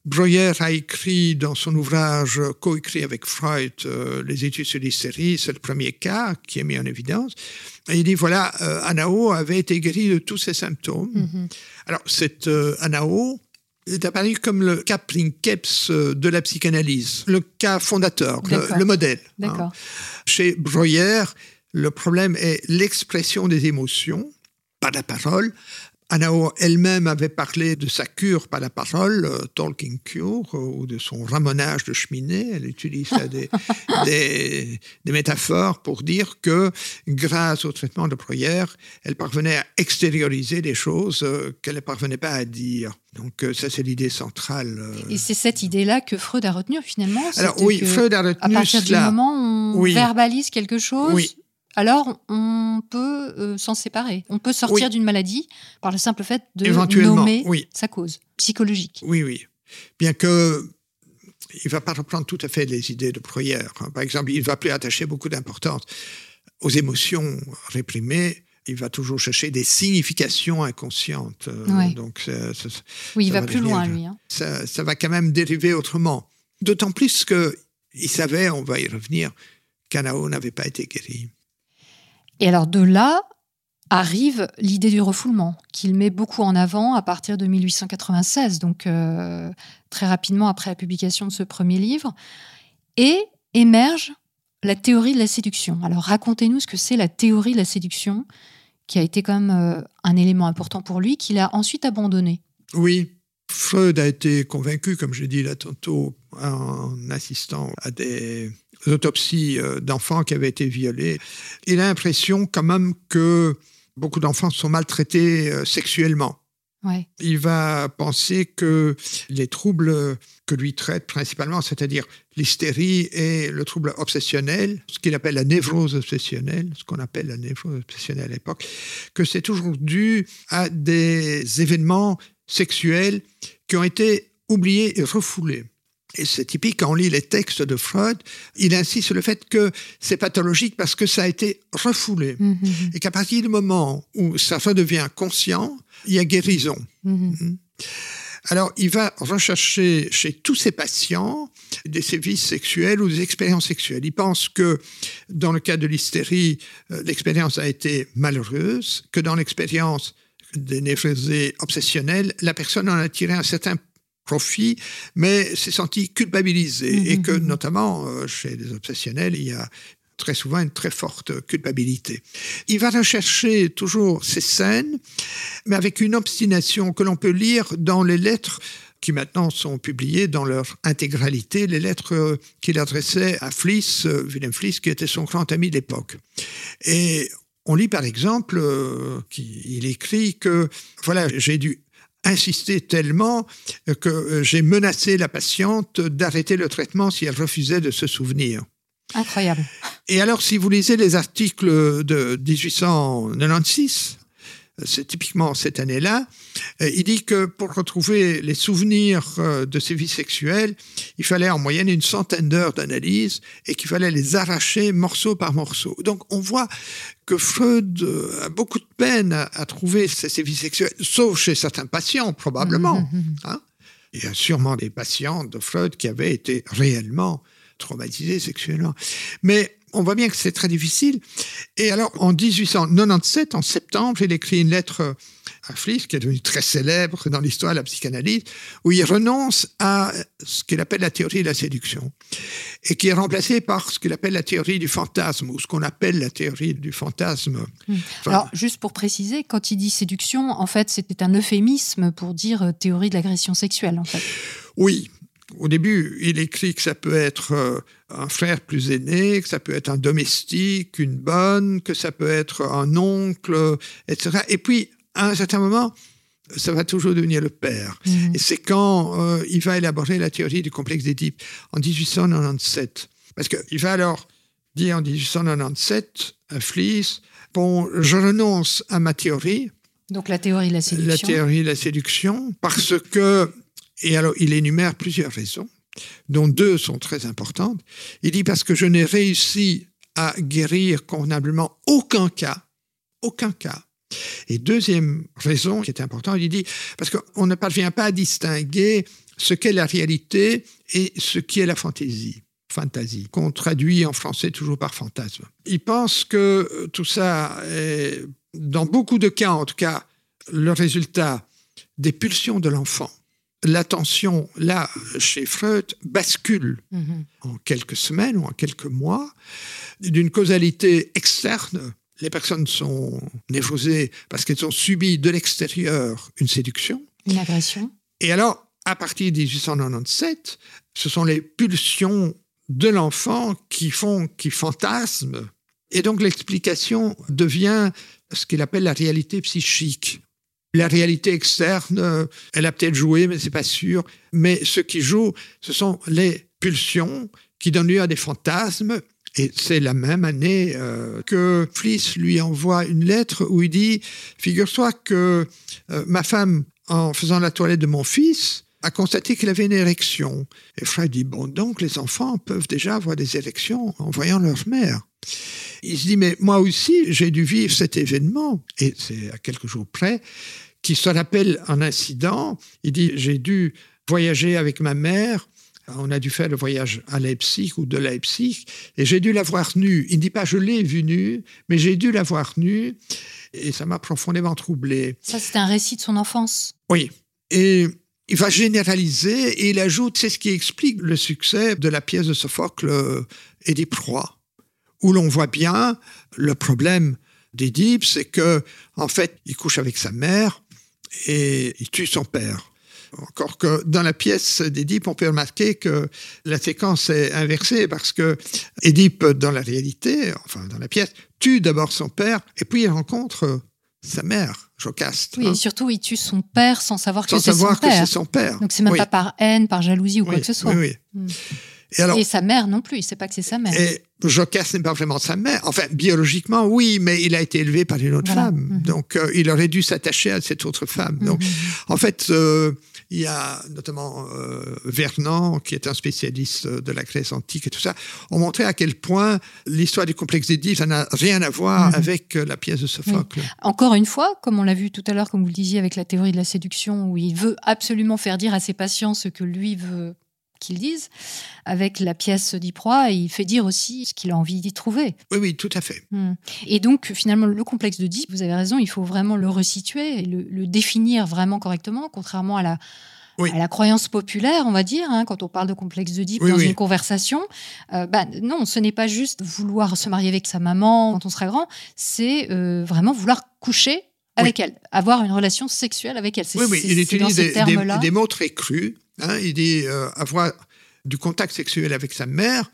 Breuer a écrit dans son ouvrage coécrit avec Freud euh, les études sur l'hystérie, c'est le premier cas qui est mis en évidence. Et il dit voilà, euh, Anao avait été guéri de tous ses symptômes. Mm-hmm. Alors cette euh, Anao est apparu comme le cas princeps de la psychanalyse, le cas fondateur, le, le modèle. Hein. Chez Breuer, le problème est l'expression des émotions par la parole. Anao elle-même avait parlé de sa cure par la parole, euh, talking cure, euh, ou de son ramonage de cheminée. Elle utilise des, des, des métaphores pour dire que grâce au traitement de Breuer, elle parvenait à extérioriser des choses euh, qu'elle ne parvenait pas à dire. Donc euh, ça, c'est l'idée centrale. Euh...
Et c'est cette idée-là que Freud a retenue finalement.
Alors oui, Freud a retenu
à partir
cela.
du moment où on
oui.
verbalise quelque chose.
Oui.
Alors, on peut euh, s'en séparer. On peut sortir oui. d'une maladie par le simple fait de nommer
oui.
sa cause psychologique.
Oui, oui. Bien que il ne va pas reprendre tout à fait les idées de Breuer. Par exemple, il ne va plus attacher beaucoup d'importance aux émotions réprimées. Il va toujours chercher des significations inconscientes.
Ouais.
Donc, ça, ça,
oui, il
ça
va, va plus loin, lui. Hein.
Ça, ça va quand même dériver autrement. D'autant plus qu'il savait, on va y revenir, qu'Anao n'avait pas été guéri.
Et alors de là arrive l'idée du refoulement, qu'il met beaucoup en avant à partir de mille huit cent quatre-vingt-seize, donc euh, très rapidement après la publication de ce premier livre, et émerge la théorie de la séduction. Alors racontez-nous ce que c'est la théorie de la séduction, qui a été quand même euh, un élément important pour lui, qu'il a ensuite abandonné.
Oui, Freud a été convaincu, comme je dis là tantôt, en assistant à des autopsies d'enfants qui avaient été violés. Il a l'impression quand même que beaucoup d'enfants sont maltraités sexuellement.
Ouais.
Il va penser que les troubles que lui traite principalement, c'est-à-dire l'hystérie et le trouble obsessionnel, ce qu'il appelle la névrose obsessionnelle, ce qu'on appelle la névrose obsessionnelle à l'époque, que c'est toujours dû à des événements sexuels qui ont été oubliés et refoulés. Et c'est typique, quand on lit les textes de Freud, il insiste sur le fait que c'est pathologique parce que ça a été refoulé. Mmh. Et qu'à partir du moment où ça redevient conscient, il y a guérison. Mmh. Alors, il va rechercher chez tous ses patients des sévices sexuels ou des expériences sexuelles. Il pense que dans le cas de l'hystérie, l'expérience a été malheureuse, que dans l'expérience des névrosés obsessionnels, la personne en a tiré un certain profit, mais s'est senti culpabilisé. Mmh, et que, mmh. notamment, euh, chez les obsessionnels, il y a très souvent une très forte culpabilité. Il va rechercher toujours ces scènes, mais avec une obstination que l'on peut lire dans les lettres qui maintenant sont publiées dans leur intégralité, les lettres qu'il adressait à Fliess, Wilhelm Fliess, qui était son grand ami d'époque. Et on lit par exemple euh, qu'il écrit que, voilà, j'ai dû insister tellement que j'ai menacé la patiente d'arrêter le traitement si elle refusait de se souvenir.
Incroyable.
Et alors, si vous lisez les articles de dix-huit cent quatre-vingt-seize, c'est typiquement cette année-là, il dit que pour retrouver les souvenirs de ses vies sexuelles, il fallait en moyenne une centaine d'heures d'analyse et qu'il fallait les arracher morceau par morceau. Donc, on voit que Freud a beaucoup de peine à, à trouver ses, ses vies sexuelles, sauf chez certains patients, probablement. Mmh. Hein? Il y a sûrement des patients de Freud qui avaient été réellement traumatisés sexuellement. Mais on voit bien que c'est très difficile. Et alors, en dix-huit cent quatre-vingt-dix-sept, en septembre, il écrit une lettre à Fliess, qui est devenue très célèbre dans l'histoire de la psychanalyse, où il renonce à ce qu'il appelle la théorie de la séduction, et qui est remplacée par ce qu'il appelle la théorie du fantasme, ou ce qu'on appelle la théorie du fantasme.
Mmh. Enfin, alors, juste pour préciser, quand il dit séduction, en fait, c'était un euphémisme pour dire théorie de l'agression sexuelle, en fait.
Oui. Au début, il écrit que ça peut être un frère plus aîné, que ça peut être un domestique, une bonne, que ça peut être un oncle, et cetera. Et puis, à un certain moment, ça va toujours devenir le père. Mmh. Et c'est quand euh, il va élaborer la théorie du complexe d'Édipe, en dix-huit cent quatre-vingt-dix-sept. Parce qu'il va alors dire en dix-huit cent quatre-vingt-dix-sept à Fliess, bon, je renonce à ma théorie.
Donc la théorie de la séduction.
La théorie de la séduction, parce que... Et alors, il énumère plusieurs raisons, dont deux sont très importantes. Il dit parce que je n'ai réussi à guérir convenablement aucun cas, aucun cas. Et deuxième raison qui est importante, il dit parce qu'on ne parvient pas à distinguer ce qu'est la réalité et ce qui est la fantaisie. Fantasie, qu'on traduit en français toujours par fantasme. Il pense que tout ça est, dans beaucoup de cas en tout cas, le résultat des pulsions de l'enfant. L'attention, là, chez Freud, bascule mmh. en quelques semaines ou en quelques mois d'une causalité externe. Les personnes sont névrosées parce qu'elles ont subi de l'extérieur une séduction.
Une agression.
Et alors, à partir de dix-huit cent quatre-vingt-dix-sept, ce sont les pulsions de l'enfant qui font, qui fantasment. Et donc l'explication devient ce qu'il appelle la réalité psychique. La réalité externe, elle a peut-être joué, mais c'est pas sûr. Mais ce qui joue, ce sont les pulsions qui donnent lieu à des fantasmes. Et c'est la même année euh, que Fliess lui envoie une lettre où il dit « Figure-toi que euh, ma femme, en faisant la toilette de mon fils, a constaté qu'il avait une érection. » Et Freud dit « Bon, donc les enfants peuvent déjà avoir des érections en voyant leur mère. » Il se dit « Mais moi aussi, j'ai dû vivre cet événement. » Et c'est à quelques jours près qu'il se rappelle un incident. Il dit « J'ai dû voyager avec ma mère. On a dû faire le voyage à Leipzig ou de Leipzig. Et j'ai dû la voir nue. » Il ne dit pas « Je l'ai vue nue, mais j'ai dû la voir nue. » Et ça m'a profondément troublé.
Ça, c'était un récit de son enfance.
Oui. Et il va généraliser et il ajoute, c'est ce qui explique le succès de la pièce de Sophocle, Édipe roi, où l'on voit bien le problème d'Édipe, c'est que en fait, il couche avec sa mère et il tue son père. Encore que dans la pièce d'Édipe, on peut remarquer que la séquence est inversée parce que Édipe, dans la réalité, enfin dans la pièce, tue d'abord son père et puis il rencontre sa mère, Jocaste.
Oui, hein. Et surtout, il tue son père sans savoir
sans
que, c'est,
savoir
son
que
père.
c'est son père.
Donc, c'est même
oui.
pas par haine, par jalousie ou
oui,
quoi que ce soit.
Oui, oui.
Mmh.
Et, alors,
et sa mère non plus, il ne sait pas que c'est sa mère.
Et Jocaste n'est pas vraiment sa mère. Enfin, biologiquement, oui, mais il a été élevé par une autre
voilà.
femme.
Mmh.
Donc, euh, il aurait dû s'attacher à cette autre femme.
Mmh.
Donc, en fait, euh, il y a notamment euh, Vernon, qui est un spécialiste de la Grèce antique et tout ça, ont montré à quel point l'histoire du complexe d'Édipe, ça n'a rien à voir mmh. avec la pièce de Sophocle.
Oui. Encore une fois, comme on l'a vu tout à l'heure, comme vous le disiez, avec la théorie de la séduction, où il veut absolument faire dire à ses patients ce que lui veut qu'ils disent, avec la pièce d'Ypres, il fait dire aussi ce qu'il a envie d'y trouver.
Oui, oui, tout à fait.
Mmh. Et donc, finalement, le complexe d'Oedipe, vous avez raison, il faut vraiment le resituer, et le, le définir vraiment correctement, contrairement à la, oui. à la croyance populaire, on va dire, hein, quand on parle de complexe d'Oedipe oui, dans oui. une conversation. Euh, bah, non, ce n'est pas juste vouloir se marier avec sa maman quand on sera grand, c'est euh, vraiment vouloir coucher avec oui. elle, avoir une relation sexuelle avec elle. C'est,
oui, oui,
c'est,
il utilise des, des, des mots très crus. Hein, il dit euh, avoir du contact sexuel avec sa mère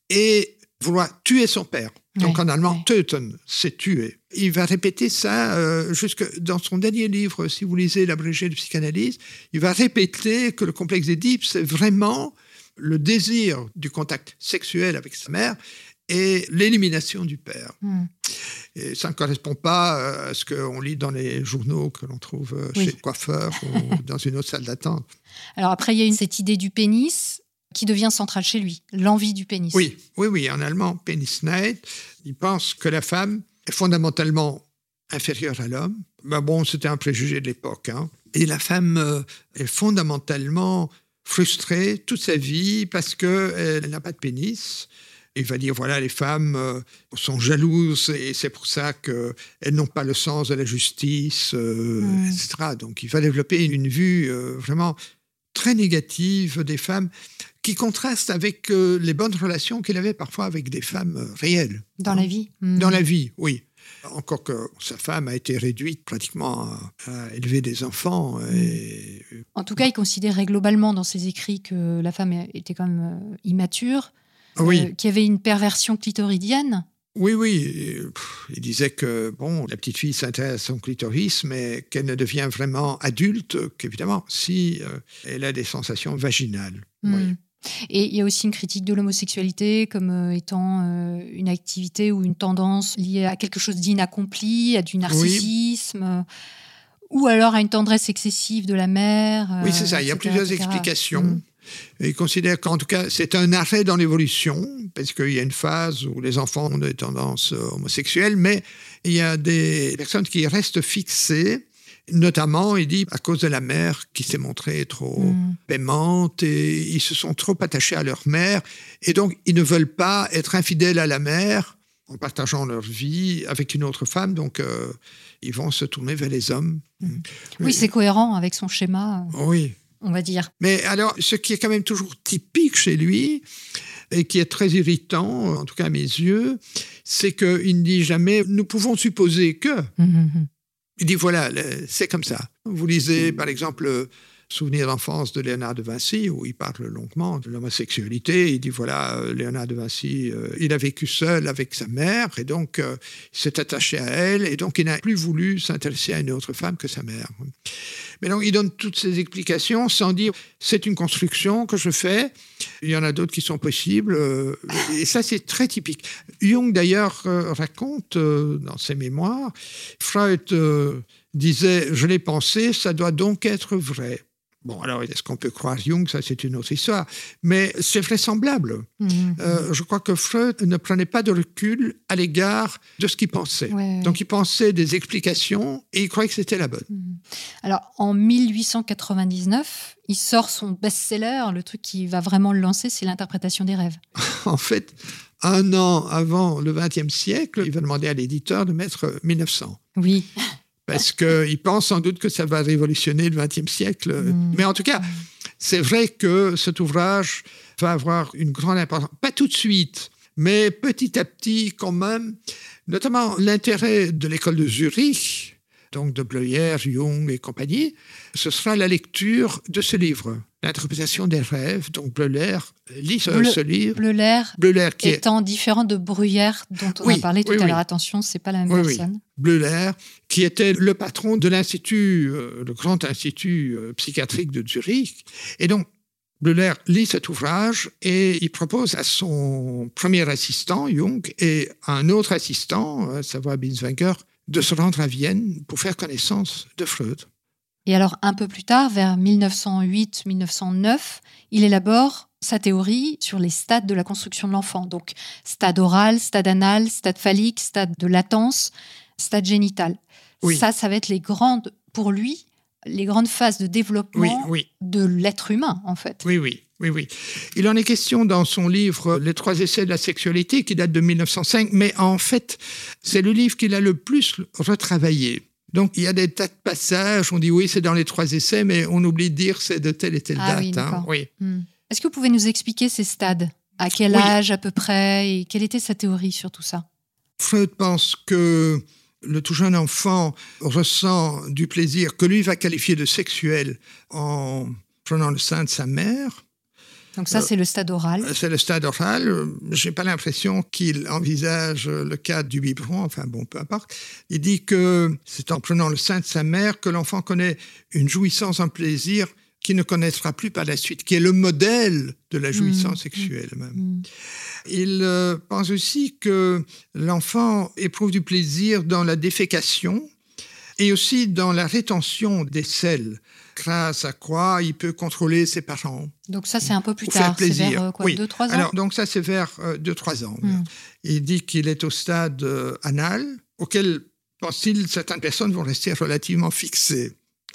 et vouloir tuer son père. Donc oui, en allemand, oui. töten, c'est tuer. Il va répéter ça euh, jusque dans son dernier livre, si vous lisez l'abrégé de psychanalyse, il va répéter que le complexe d'Édipe, c'est vraiment le désir du contact sexuel avec sa mère et l'élimination du père. Mm. Et ça ne correspond pas à ce qu'on lit dans les journaux que l'on trouve oui. chez le coiffeur ou dans une autre salle d'attente.
Alors après, il y a une, cette idée du pénis qui devient centrale chez lui, l'envie du pénis.
Oui, oui, oui. En allemand, Penisneid, il pense que la femme est fondamentalement inférieure à l'homme. Ben bon, c'était un préjugé de l'époque. Hein. Et la femme euh, est fondamentalement frustrée toute sa vie parce qu'elle n'a pas de pénis. Il va dire, voilà, les femmes euh, sont jalouses et c'est pour ça qu'elles n'ont pas le sens de la justice, euh, mmh. et cetera. Donc, il va développer une vue euh, vraiment très négative des femmes qui contraste avec euh, les bonnes relations qu'il avait parfois avec des femmes euh, réelles.
Dans hein. la vie.
Mmh. Dans la vie, oui. Encore que sa femme a été réduite pratiquement à, à élever des enfants. Et...
En tout cas, il considérait globalement dans ses écrits que la femme était quand même euh, immature.
Oui.
Euh, qu'il y avait une perversion clitoridienne.
Oui, oui. Il disait que bon, la petite fille s'intéresse à son clitoris, mais qu'elle ne devient vraiment adulte qu'évidemment si euh, elle a des sensations vaginales.
Mmh.
Oui.
Et il y a aussi une critique de l'homosexualité comme euh, étant euh, une activité ou une tendance liée à quelque chose d'inaccompli, à du narcissisme, oui. euh, ou alors à une tendresse excessive de la mère. Euh,
oui, c'est ça. Il y a plusieurs et cetera explications. Mmh. Il considère qu'en tout cas, c'est un arrêt dans l'évolution, parce qu'il y a une phase où les enfants ont des tendances homosexuelles, mais il y a des personnes qui restent fixées Notamment, il dit, à cause de la mère qui s'est montrée trop mmh. aimante et ils se sont trop attachés à leur mère. Et donc, ils ne veulent pas être infidèles à la mère en partageant leur vie avec une autre femme. Donc, euh, ils vont se tourner vers les hommes.
Mmh. Oui, Mais, c'est cohérent avec son schéma. Euh,
oui.
On va dire.
Mais alors, ce qui est quand même toujours typique chez lui, et qui est très irritant, en tout cas à mes yeux, c'est qu'il ne dit jamais « nous pouvons supposer que mmh. ». Il dit, voilà, c'est comme ça. Vous lisez, par exemple, Souvenirs d'enfance de Léonard de Vinci, où il parle longuement de l'homosexualité. Il dit, voilà, Léonard de Vinci, euh, il a vécu seul avec sa mère, et donc euh, il s'est attaché à elle, et donc il n'a plus voulu s'intéresser à une autre femme que sa mère. Mais donc, il donne toutes ces explications sans dire, c'est une construction que je fais. Il y en a d'autres qui sont possibles. Euh, et ça, c'est très typique. Jung, d'ailleurs, euh, raconte euh, dans ses mémoires, Freud euh, disait, je l'ai pensé, ça doit donc être vrai. Bon, alors, est-ce qu'on peut croire Jung? Ça, c'est une autre histoire. Mais c'est vraisemblable. Mmh. Euh, je crois que Freud ne prenait pas de recul à l'égard de ce qu'il pensait. Ouais, Donc, il pensait des explications et il croyait que c'était la bonne.
Mmh. Alors, en mille huit cent quatre-vingt-dix-neuf, il sort son best-seller. Le truc qui va vraiment le lancer, c'est l'interprétation des rêves.
En fait, un an avant le vingtième siècle, il va demander à l'éditeur de mettre mille neuf cents.
Oui.
Parce qu'il pense sans doute que ça va révolutionner le vingtième siècle. Mmh. Mais en tout cas, c'est vrai que cet ouvrage va avoir une grande importance. Pas tout de suite, mais petit à petit quand même. Notamment l'intérêt de l'école de Zurich, donc de Bleuler, Jung et compagnie, ce sera la lecture de ce livre, l'interprétation des rêves. Donc Bleuler lit ce,
Bleu,
ce livre.
Bleuler,
Bleuler qui
étant
est...
différent de Bruyère, dont on
oui,
a parlé tout
oui,
à
oui.
l'heure. Attention, c'est pas la même
oui,
personne.
Oui. Bleuler, qui était le patron de l'institut, euh, le grand institut euh, psychiatrique de Zurich. Et donc, Bleuler lit cet ouvrage et il propose à son premier assistant, Jung, et à un autre assistant, à savoir Binswanger, de se rendre à Vienne pour faire connaissance de Freud.
Et alors, un peu plus tard, vers mille neuf cent huit mille neuf cent neuf, il élabore sa théorie sur les stades de la construction de l'enfant. Donc, stade oral, stade anal, stade phallique, stade de latence, stade génital. Oui. Ça, ça va être les grandes, pour lui, les grandes phases de développement oui, oui. de l'être humain, en fait.
Oui, oui, oui, oui. Il en est question dans son livre « Les trois essais de la sexualité » qui date de mille neuf cent cinq, mais en fait, c'est le livre qu'il a le plus retravaillé. Donc, il y a des tas de passages, on dit oui, c'est dans les trois essais, mais on oublie de dire c'est de telle et telle
ah,
date.
Oui,
hein. oui.
Hmm. Est-ce que vous pouvez nous expliquer ces stades? À quel
oui.
âge à peu près? Et quelle était sa théorie sur tout ça?
Freud pense que le tout jeune enfant ressent du plaisir que lui va qualifier de sexuel en prenant le sein de sa mère.
Donc ça, euh, c'est le stade oral.
C'est le stade oral. Je n'ai pas l'impression qu'il envisage le cas du biberon, enfin bon, peu importe. Il dit que c'est en prenant le sein de sa mère que l'enfant connaît une jouissance, un plaisir qu'il ne connaîtra plus par la suite, qui est le modèle de la jouissance mmh. sexuelle même. Mmh. Il euh, pense aussi que l'enfant éprouve du plaisir dans la défécation et aussi dans la rétention des selles, grâce à quoi il peut contrôler ses parents.
Donc ça, c'est un peu plus tard, c'est vers euh, quoi,
oui.
deux trois ans.
Alors, donc ça, c'est vers euh, deux trois ans. Mmh. Il dit qu'il est au stade euh, anal, auquel, pense-t-il, certaines personnes vont rester relativement fixées.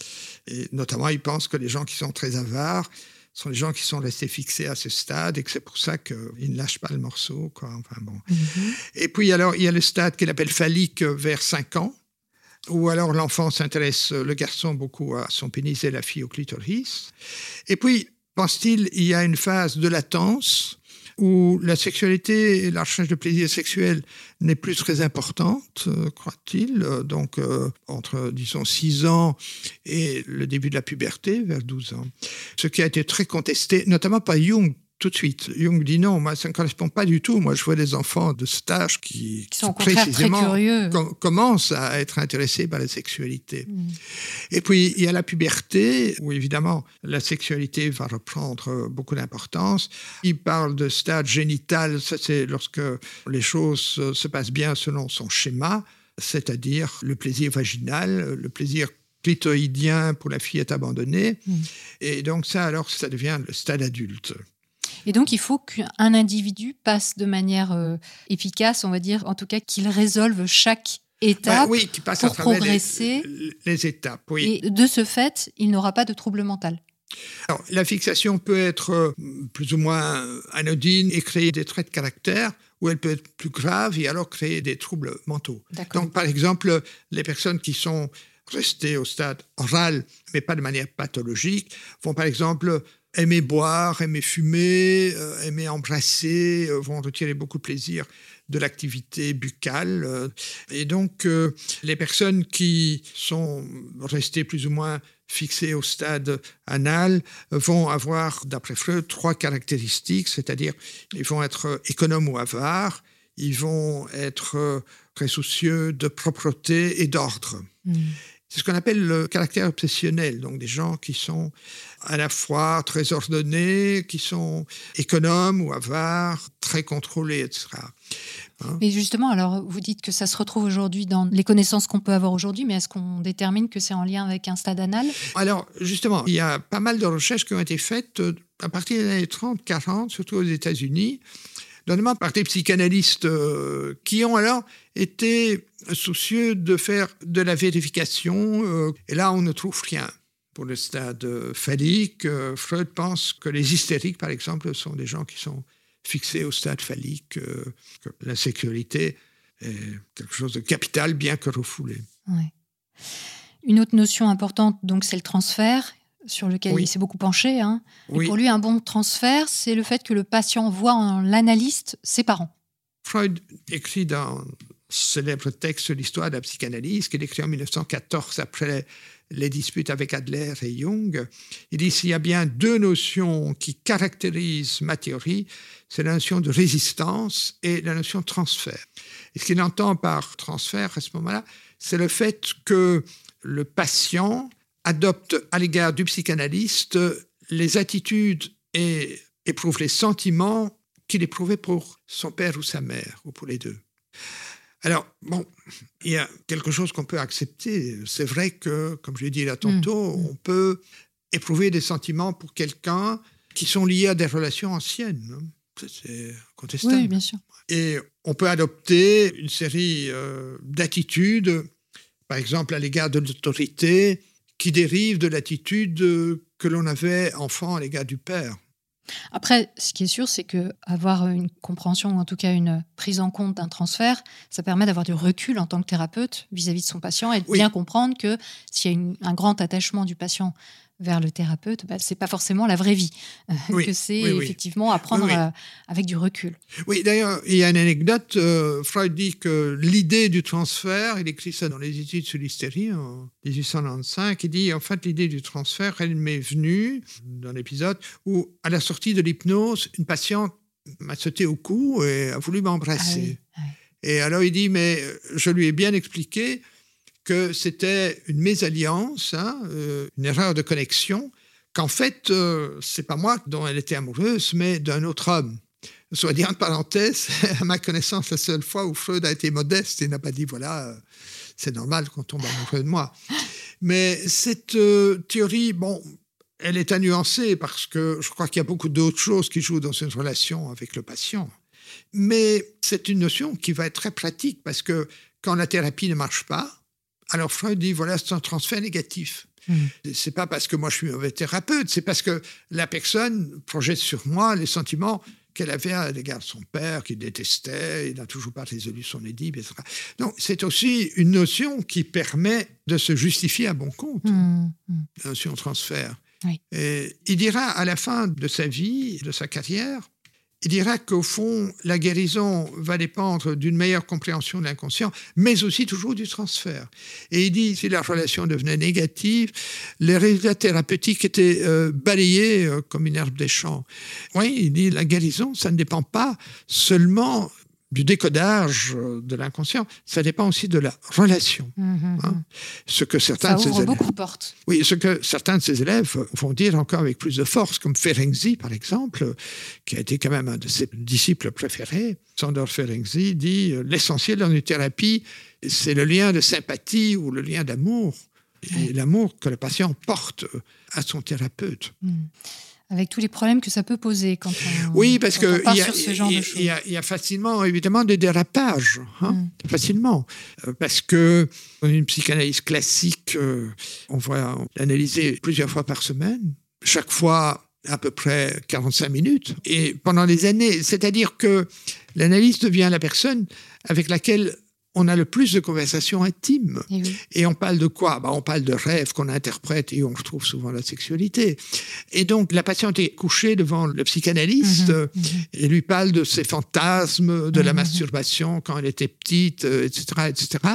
Et notamment, il pense que les gens qui sont très avares sont les gens qui sont restés fixés à ce stade et que c'est pour ça qu'ils ne lâchent pas le morceau, quoi. Enfin, bon. Mm-hmm. Et puis, alors, il y a le stade qu'il appelle phallique vers cinq ans, où alors l'enfant s'intéresse, le garçon, beaucoup à son pénis et la fille au clitoris. Et puis, pense-t-il, il y a une phase de latence où la sexualité et la recherche de plaisir sexuel n'est plus très importante, euh, croit-il. Donc, euh, entre, disons, six ans et le début de la puberté, vers douze ans. Ce qui a été très contesté, notamment par Jung, tout de suite. Jung dit non, moi, ça ne correspond pas du tout. Moi, je vois des enfants de cet âge qui,
qui sont
qui
au contraire très curieux.
Com- commencent à être intéressés par la sexualité.
Mmh.
Et puis, il y a la puberté, où évidemment, la sexualité va reprendre beaucoup d'importance. Il parle de stade génital, ça c'est lorsque les choses se passent bien selon son schéma, c'est-à-dire le plaisir vaginal, le plaisir clitoïdien pour la fille est abandonné. Mmh. Et donc ça, alors, ça devient le stade adulte.
Et donc, il faut qu'un individu passe de manière euh, efficace, on va dire, en tout cas, qu'il résolve chaque étapes
bah, oui, qui passe
pour
à travers
progresser.
Les, les étapes, oui.
Et de ce fait, il n'aura pas de trouble mental.
Alors, la fixation peut être plus ou moins anodine et créer des traits de caractère, ou elle peut être plus grave et alors créer des troubles mentaux.
D'accord.
Donc, par exemple, les personnes qui sont restées au stade oral, mais pas de manière pathologique, vont par exemple aimer boire, aimer fumer, euh, aimer embrasser, euh, vont retirer beaucoup de plaisir de l'activité buccale. Euh, et donc, euh, les personnes qui sont restées plus ou moins fixées au stade anal vont avoir, d'après Freud, trois caractéristiques, c'est-à-dire ils vont être économes ou avares, ils vont être très soucieux de propreté et d'ordre. Mmh. C'est ce qu'on appelle le caractère obsessionnel, donc des gens qui sont à la fois très ordonnés, qui sont économes ou avares, très contrôlés, et cetera.
Hein? Mais justement, alors vous dites que ça se retrouve aujourd'hui dans les connaissances qu'on peut avoir aujourd'hui, mais est-ce qu'on détermine que c'est en lien avec un stade anal ?
Alors justement, il y a pas mal de recherches qui ont été faites à partir des années trente quarante, surtout aux États-Unis, notamment par des psychanalystes euh, qui ont alors été soucieux de faire de la vérification. Euh, et là, on ne trouve rien. Pour le stade phallique, euh, Freud pense que les hystériques, par exemple, sont des gens qui sont fixés au stade phallique, euh, que la sexualité est quelque chose de capital, bien que refoulé.
Ouais. Une autre notion importante, donc, c'est le transfert, sur lequel oui. il s'est beaucoup penché. Hein. Oui. Et pour lui, un bon transfert, c'est le fait que le patient voit en l'analyste ses parents.
Freud écrit dans ce célèbre texte sur l'histoire de la psychanalyse, qu'il écrit en mille neuf cent quatorze, après les disputes avec Adler et Jung. Il dit, s'il y a bien deux notions qui caractérisent ma théorie, c'est la notion de résistance et la notion de transfert. Et ce qu'il entend par transfert à ce moment-là, c'est le fait que le patient adopte à l'égard du psychanalyste les attitudes et éprouve les sentiments qu'il éprouvait pour son père ou sa mère, ou pour les deux. Alors, bon, il y a quelque chose qu'on peut accepter. C'est vrai que, comme je l'ai dit là tantôt, mmh. on peut éprouver des sentiments pour quelqu'un qui sont liés à des relations anciennes. C'est contestable.
Oui, bien sûr.
Et on peut adopter une série euh, d'attitudes, par exemple à l'égard de l'autorité, qui dérivent de l'attitude que l'on avait enfant à l'égard du père.
Après, ce qui est sûr, c'est qu'avoir une compréhension, ou en tout cas une prise en compte d'un transfert, ça permet d'avoir du recul en tant que thérapeute vis-à-vis de son patient et de oui. bien comprendre que s'il y a une, un grand attachement du patient vers le thérapeute, bah, ce n'est pas forcément la vraie vie, oui. que c'est oui, oui. effectivement à prendre oui, oui. Euh, avec du recul.
Oui, d'ailleurs, il y a une anecdote. Euh, Freud dit que l'idée du transfert, il écrit ça dans les études sur l'hystérie en dix-huit cent quatre-vingt-quinze, il dit en fait l'idée du transfert, elle m'est venue dans l'épisode où, à la sortie de l'hypnose, une patiente m'a sauté au cou et a voulu m'embrasser. Ah oui, ah oui. Et alors il dit, mais je lui ai bien expliqué que c'était une mésalliance, hein, euh, une erreur de connexion, qu'en fait, euh, c'est pas moi dont elle était amoureuse, mais d'un autre homme. Soit dit en parenthèse, à ma connaissance, la seule fois où Freud a été modeste et n'a pas dit, voilà, euh, c'est normal qu'on tombe amoureux de moi. Mais cette euh, théorie, bon, elle est à nuancer parce que je crois qu'il y a beaucoup d'autres choses qui jouent dans une relation avec le patient. Mais c'est une notion qui va être très pratique parce que quand la thérapie ne marche pas, alors Freud dit, voilà, c'est un transfert négatif. Mmh. C'est pas parce que moi je suis mauvais thérapeute, c'est parce que la personne projette sur moi les sentiments qu'elle avait à l'égard de son père, qu'il détestait, il n'a toujours pas résolu son édipe, et cetera. Donc c'est aussi une notion qui permet de se justifier à bon compte, mmh. la notion de transfert. Oui. Et il dira à la fin de sa vie, de sa carrière, il dira qu'au fond, la guérison va dépendre d'une meilleure compréhension de l'inconscient, mais aussi toujours du transfert. Et il dit, si la relation devenait négative, les résultats thérapeutiques étaient euh, balayés euh, comme une herbe des champs. Oui, il dit, la guérison, ça ne dépend pas seulement du décodage de l'inconscient, ça dépend aussi de la relation. Mmh, hein. Ce que certains
ça
de ses
ouvre
élèves,
beaucoup de portes.
Oui, ce que certains de ses élèves vont dire encore avec plus de force, comme Ferenczi, par exemple, qui a été quand même un de ses disciples préférés. Sándor Ferenczi dit « L'essentiel dans une thérapie, c'est le lien de sympathie ou le lien d'amour, et oui. l'amour que le patient porte à son thérapeute. Mmh. »
avec tous les problèmes que ça peut poser quand on,
oui, parce
quand on
que
part
il y a,
sur ce genre
il,
de choses.
Il y, a, il y a facilement, évidemment, des dérapages, hein, mm. facilement. Euh, parce que dans une psychanalyse classique, euh, on va l'analyser plusieurs fois par semaine, chaque fois à peu près quarante-cinq minutes, et pendant des années. C'est-à-dire que l'analyse devient la personne avec laquelle on a le plus de conversations intimes. Et, oui. et on parle de quoi ? Bah, on parle de rêves qu'on interprète et on retrouve souvent la sexualité. Et donc, la patiente est couchée devant le psychanalyste mmh, mmh. et lui parle de ses fantasmes, de mmh, la masturbation quand elle était petite, et cetera, et cetera.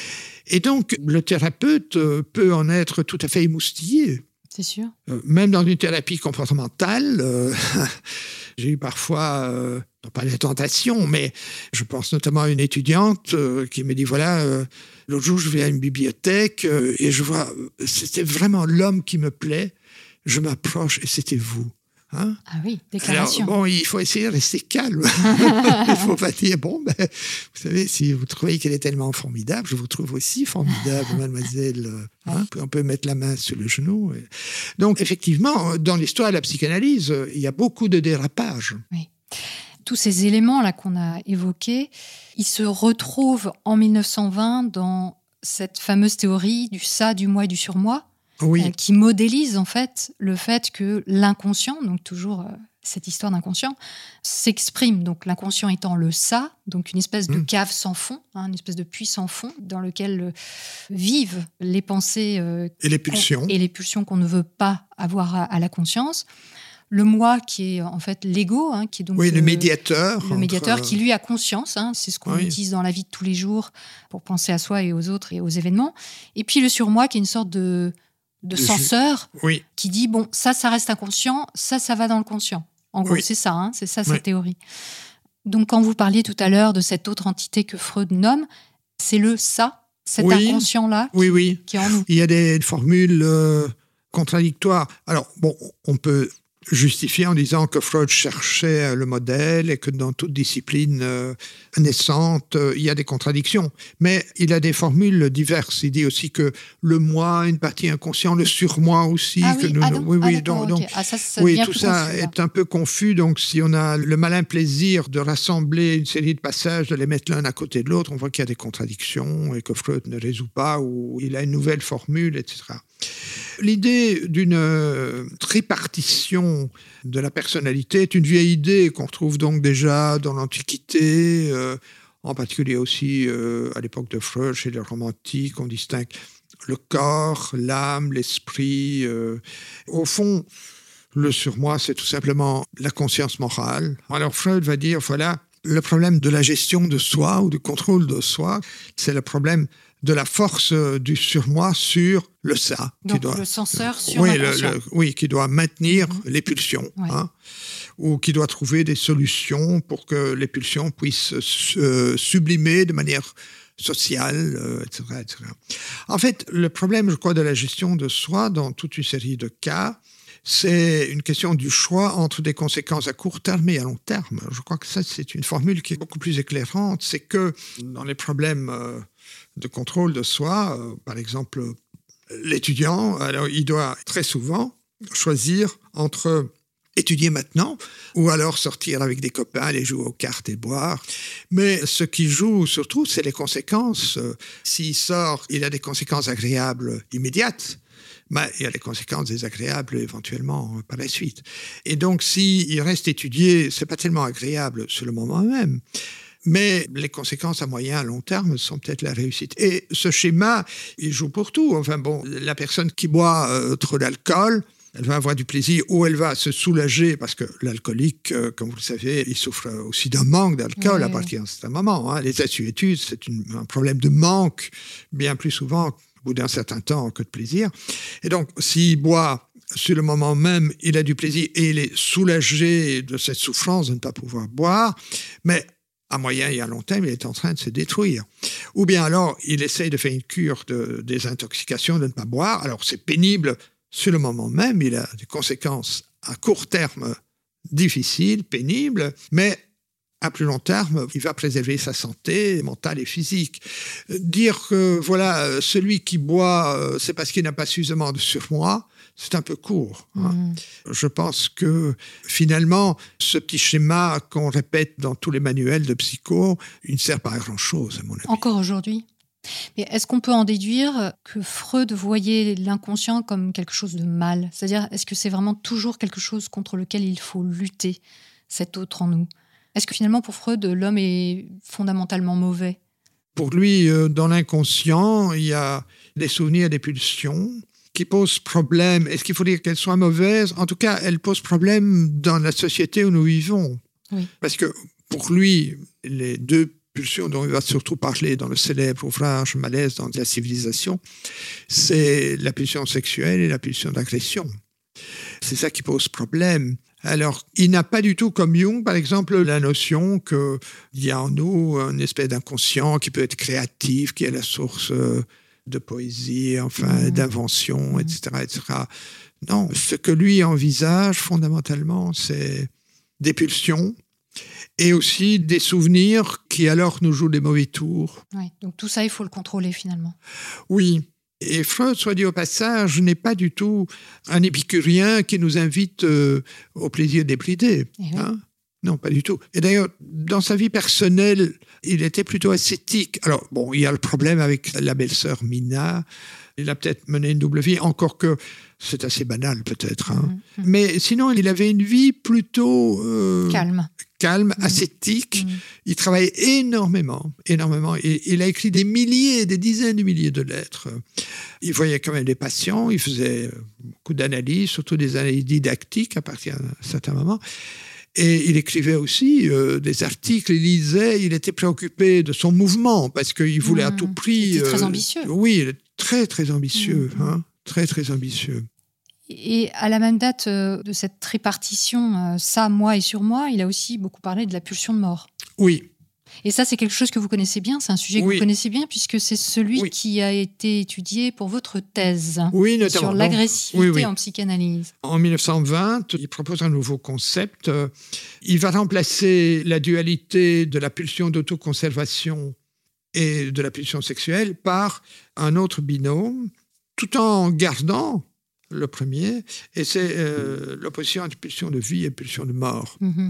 Et donc, le thérapeute peut en être tout à fait émoustillé.
C'est sûr.
Euh, même dans une thérapie comportementale, euh, j'ai eu parfois, euh, non pas des tentations, mais je pense notamment à une étudiante euh, qui me dit, voilà, euh, l'autre jour je vais à une bibliothèque euh, et je vois, c'était vraiment l'homme qui me plaît, je m'approche et c'était vous. Hein?
Ah oui, déclaration.
Alors, bon, il faut essayer de rester calme. Il ne faut pas dire, bon, ben, vous savez, si vous trouvez qu'elle est tellement formidable, je vous trouve aussi formidable, mademoiselle. Hein? On peut mettre la main sur le genou. Donc, effectivement, dans l'histoire de la psychanalyse, il y a beaucoup de dérapages.
Oui. Tous ces éléments-là qu'on a évoqués, ils se retrouvent en mille neuf cent vingt dans cette fameuse théorie du ça, du moi et du surmoi.
Oui.
Euh, qui modélise en fait le fait que l'inconscient, donc toujours euh, cette histoire d'inconscient, s'exprime. Donc l'inconscient étant le ça, donc une espèce de mmh. cave sans fond, hein, une espèce de puits sans fond dans lequel euh, vivent les pensées euh,
et les pulsions
et les pulsions qu'on ne veut pas avoir à, à la conscience. Le moi qui est en fait l'ego, hein, qui est donc
oui, le
euh,
médiateur,
le médiateur entre... qui lui a conscience. Hein, c'est ce qu'on oui. utilise dans la vie de tous les jours pour penser à soi et aux autres et aux événements. Et puis le surmoi qui est une sorte de de censeur
oui.
qui dit bon ça ça reste inconscient, ça ça va dans le conscient. En gros oui. c'est ça, hein, c'est ça cette oui. théorie. Donc quand vous parliez tout à l'heure de cette autre entité que Freud nomme, c'est le ça, cet
oui.
inconscient là qui,
oui, oui.
qui est en nous.
Il y a des formules euh, contradictoires. Alors bon, on peut justifié en disant que Freud cherchait le modèle et que dans toute discipline euh, naissante, euh, il y a des contradictions. Mais il a des formules diverses. Il dit aussi que le moi, une partie inconsciente, le surmoi aussi.
Ah
que
oui,
nous,
ah non,
oui, oui,
ah
donc, donc,
okay. ah, ça, ça
oui, tout ça
confus,
est un peu confus. Donc, si on a le malin plaisir de rassembler une série de passages, de les mettre l'un à côté de l'autre, on voit qu'il y a des contradictions et que Freud ne résout pas ou il a une nouvelle formule, et cetera. L'idée d'une euh, tripartition de la personnalité est une vieille idée qu'on retrouve donc déjà dans l'Antiquité, euh, en particulier aussi euh, à l'époque de Freud, chez les romantiques, on distingue le corps, l'âme, l'esprit. Euh. Au fond, le surmoi, c'est tout simplement la conscience morale. Alors Freud va dire, voilà, le problème de la gestion de soi ou du contrôle de soi, c'est le problème de la force du surmoi sur le ça.
Donc
qui doit,
le censeur sur
oui,
l'inconscient.
Le, le, oui, qui doit maintenir mmh. les pulsions,
ouais.
hein, ou qui doit trouver des solutions pour que les pulsions puissent se sublimer de manière sociale, euh, et cetera, et cetera. En fait, le problème, je crois, de la gestion de soi dans toute une série de cas, c'est une question du choix entre des conséquences à court terme et à long terme. Je crois que ça, c'est une formule qui est beaucoup plus éclairante. C'est que dans les problèmes euh, de contrôle de soi, euh, par exemple, l'étudiant, alors, il doit très souvent choisir entre étudier maintenant ou alors sortir avec des copains, aller jouer aux cartes et boire. Mais ce qui joue surtout, c'est les conséquences. S'il sort, il a des conséquences agréables immédiates. Ben, il y a des conséquences désagréables éventuellement par la suite. Et donc, s'il reste étudié, c'est pas tellement agréable sur le moment même. Mais les conséquences à moyen, à long terme sont peut-être la réussite. Et ce schéma, il joue pour tout. Enfin bon, la personne qui boit euh, trop d'alcool, elle va avoir du plaisir ou elle va se soulager parce que l'alcoolique, euh, comme vous le savez, il souffre aussi d'un manque d'alcool oui, à partir d'un certain moment. Hein. Les assuétudes, c'est une, un problème de manque bien plus souvent au bout d'un certain temps que de plaisir. Et donc, s'il boit sur le moment même, il a du plaisir et il est soulagé de cette souffrance de ne pas pouvoir boire, mais à moyen et à long terme, il est en train de se détruire. Ou bien alors, il essaye de faire une cure de désintoxication, de ne pas boire. Alors, c'est pénible sur le moment même, il a des conséquences à court terme difficiles, pénibles, mais à plus long terme, il va préserver sa santé mentale et physique. Dire que voilà, celui qui boit, c'est parce qu'il n'a pas suffisamment de surmoi, c'est un peu court. Hein. Mmh. Je pense que finalement, ce petit schéma qu'on répète dans tous les manuels de psycho, il ne sert pas à grand-chose, à mon avis.
Encore aujourd'hui ? Mais est-ce qu'on peut en déduire que Freud voyait l'inconscient comme quelque chose de mal ? C'est-à-dire, est-ce que c'est vraiment toujours quelque chose contre lequel il faut lutter, cet autre en nous ? Est-ce que finalement, pour Freud, l'homme est fondamentalement mauvais ?
Pour lui, dans l'inconscient, il y a des souvenirs, des pulsions qui posent problème. Est-ce qu'il faut dire qu'elles soient mauvaises ? En tout cas, elles posent problème dans la société où nous vivons. Oui. Parce que pour lui, les deux pulsions dont il va surtout parler dans le célèbre ouvrage « Malaise dans la civilisation », c'est la pulsion sexuelle et la pulsion d'agression. C'est ça qui pose problème. Alors, il n'a pas du tout, comme Jung, par exemple, la notion qu'il y a en nous une espèce d'inconscient qui peut être créatif, qui est la source de poésie, enfin, mmh. d'invention, mmh. et cetera, et cetera. Non, ce que lui envisage fondamentalement, c'est des pulsions et aussi des souvenirs qui alors nous jouent des mauvais tours.
Oui, donc tout ça, il faut le contrôler finalement.
Oui. Et Freud, soit dit au passage, n'est pas du tout un épicurien qui nous invite euh, au plaisir débridé. Oui. Hein ? Non, pas du tout. Et d'ailleurs, dans sa vie personnelle, il était plutôt ascétique. Alors, bon, il y a le problème avec la belle-sœur Mina. Il a peut-être mené une double vie, encore que c'est assez banal peut-être. Hein. Mmh, mmh. Mais sinon, il avait une vie plutôt... Euh,
calme.
Calme, mmh. ascétique. Mmh. Il travaillait énormément, énormément. Et il a écrit des milliers, des dizaines de milliers de lettres. Il voyait quand même des patients. Il faisait beaucoup d'analyses, surtout des analyses didactiques à partir d'un certain moment. Et il écrivait aussi euh, des articles, il lisait, il était préoccupé de son mouvement parce qu'il voulait mmh, à tout prix...
Il était très euh, ambitieux.
Oui, il est très, très ambitieux. Mmh. Hein, très, très ambitieux.
Et à la même date euh, de cette tripartition, euh, ça, moi et sur moi, il a aussi beaucoup parlé de la pulsion de mort.
Oui.
Et ça, c'est quelque chose que vous connaissez bien, c'est un sujet que oui. vous connaissez bien, puisque c'est celui oui. qui a été étudié pour votre thèse
oui, notamment.
sur l'agressivité oui, oui. en psychanalyse.
En dix-neuf cent vingt, il propose un nouveau concept. Il va remplacer la dualité de la pulsion d'autoconservation et de la pulsion sexuelle par un autre binôme, tout en gardant le premier, et c'est euh, l'opposition entre pulsion de vie et pulsion de mort. Mm-hmm.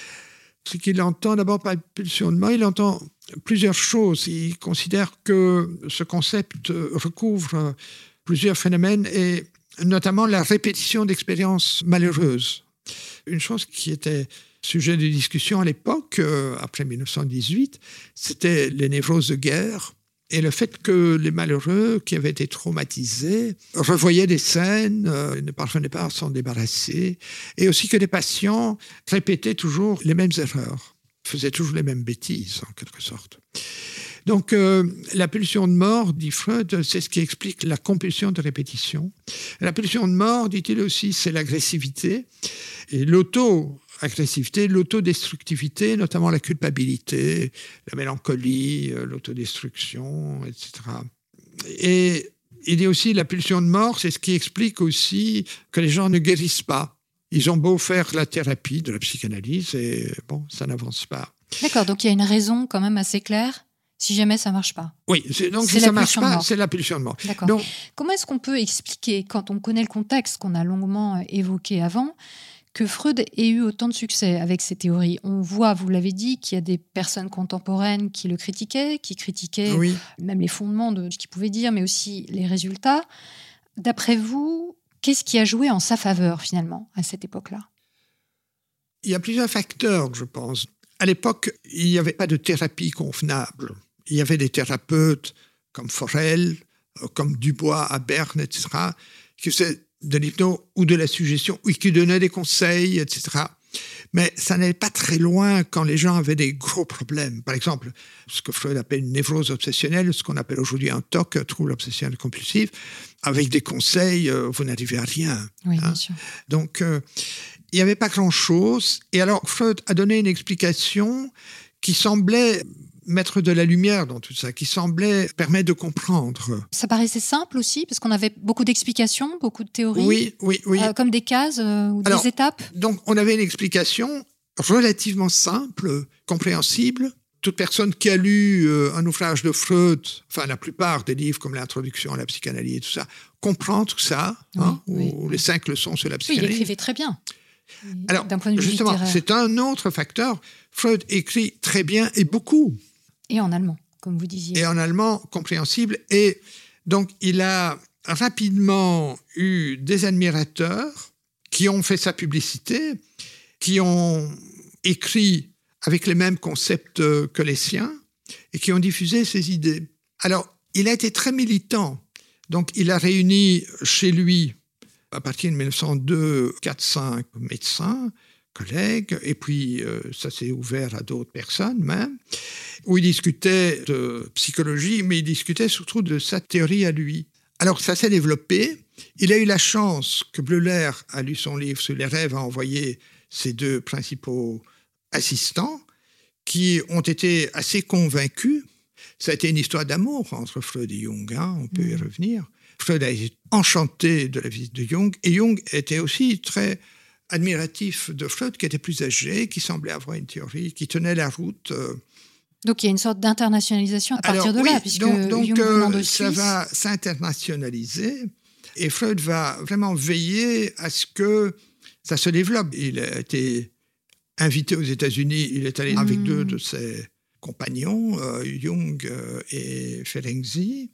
Ce qu'il entend d'abord par pulsion de mort, il entend plusieurs choses. Il considère que ce concept recouvre plusieurs phénomènes et notamment la répétition d'expériences malheureuses. Une chose qui était sujet de discussion à l'époque, euh, après dix-neuf cent dix-huit, c'était les névroses de guerre et le fait que les malheureux qui avaient été traumatisés revoyaient des scènes, euh, ne parvenaient pas à s'en débarrasser, et aussi que les patients répétaient toujours les mêmes erreurs, faisaient toujours les mêmes bêtises, en quelque sorte. Donc, euh, la pulsion de mort, dit Freud, c'est ce qui explique la compulsion de répétition. La pulsion de mort, dit-il aussi, c'est l'agressivité et l'auto-agressivité, l'autodestructivité, notamment la culpabilité, la mélancolie, l'autodestruction, et cetera. Et il dit aussi la pulsion de mort, c'est ce qui explique aussi que les gens ne guérissent pas. Ils ont beau faire la thérapie de la psychanalyse et bon, ça n'avance pas.
D'accord, donc il y a une raison quand même assez claire. Si jamais ça ne marche pas.
Oui, c'est, donc c'est si ça ne marche pas, c'est la pulsion de mort.
D'accord. Donc, comment est-ce qu'on peut expliquer, quand on connaît le contexte qu'on a longuement évoqué avant, que Freud ait eu autant de succès avec ses théories ? On voit, vous l'avez dit, qu'il y a des personnes contemporaines qui le critiquaient, qui critiquaient oui. même les fondements de ce qu'il pouvait dire, mais aussi les résultats. D'après vous, qu'est-ce qui a joué en sa faveur, finalement, à cette époque-là ?
Il y a plusieurs facteurs, je pense. À l'époque, il n'y avait pas de thérapie convenable. Il y avait des thérapeutes comme Forel, comme Dubois à Berne, et cetera, qui faisaient de l'hypnose ou de la suggestion, ou qui donnaient des conseils, et cetera. Mais ça n'allait pas très loin quand les gens avaient des gros problèmes. Par exemple, ce que Freud appelle une névrose obsessionnelle, ce qu'on appelle aujourd'hui un T O C, un trouble obsessionnel compulsif, avec des conseils, euh, vous n'arrivez à rien.
Oui,
hein.
bien sûr.
Donc, euh, il n'y avait pas grand-chose. Et alors, Freud a donné une explication qui semblait mettre de la lumière dans tout ça, qui semblait permettre de comprendre.
Ça paraissait simple aussi, parce qu'on avait beaucoup d'explications, beaucoup de théories.
Oui, oui, oui.
Euh, comme des cases euh, ou alors, des étapes.
Donc, on avait une explication relativement simple, compréhensible. Toute personne qui a lu euh, un ouvrage de Freud, enfin la plupart des livres comme l'introduction à la psychanalyse et tout ça, comprend tout ça, oui, hein, oui, ou oui. les cinq leçons sur la psychanalyse.
Oui, il écrivait très bien.
Alors,
d'un point de vue
justement,
littéraire.
C'est un autre facteur. Freud écrit très bien et beaucoup.
Et en allemand, comme vous disiez.
Et en allemand, compréhensible. Et donc, il a rapidement eu des admirateurs qui ont fait sa publicité, qui ont écrit avec les mêmes concepts que les siens et qui ont diffusé ses idées. Alors, il a été très militant. Donc, il a réuni chez lui, à partir de mille neuf cent deux, quatre, cinq médecins, collègues, et puis euh, ça s'est ouvert à d'autres personnes même, où il discutait de psychologie, mais il discutait surtout de sa théorie à lui. Alors, ça s'est développé. Il a eu la chance que Bleuler a lu son livre sur les rêves, a envoyé ses deux principaux assistants, qui ont été assez convaincus. Ça a été une histoire d'amour entre Freud et Jung, hein, on peut y revenir. Freud a été enchanté de la visite de Jung, et Jung était aussi très admiratif de Freud, qui était plus âgé, qui semblait avoir une théorie, qui tenait la route.
Donc il y a une sorte d'internationalisation à partir
Alors,
de là,
oui,
puisque
donc, donc,
Jung venant de
euh, ça
Suisse...
va s'internationaliser, et Freud va vraiment veiller à ce que ça se développe. Il a été invité aux États-Unis, il est allé mmh. avec deux de ses compagnons, euh, Jung euh, et Ferenczi.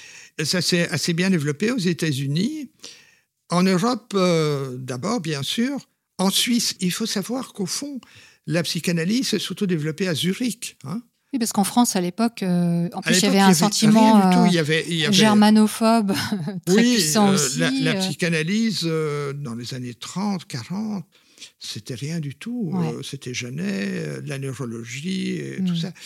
Ça s'est assez bien développé aux États-Unis. En Europe, euh, d'abord, bien sûr. En Suisse, il faut savoir qu'au fond, la psychanalyse s'est surtout développée à Zurich. Hein.
Oui, parce qu'en France, à l'époque, euh, en plus, il y avait
il y
un
avait
sentiment
euh, il y avait, il y avait...
germanophobe très
oui,
puissant
euh,
aussi.
La, la
euh...
psychanalyse, euh, dans les années trente, quarante, c'était rien du tout. Ouais. Euh, c'était Genet, la neurologie et mmh. tout ça.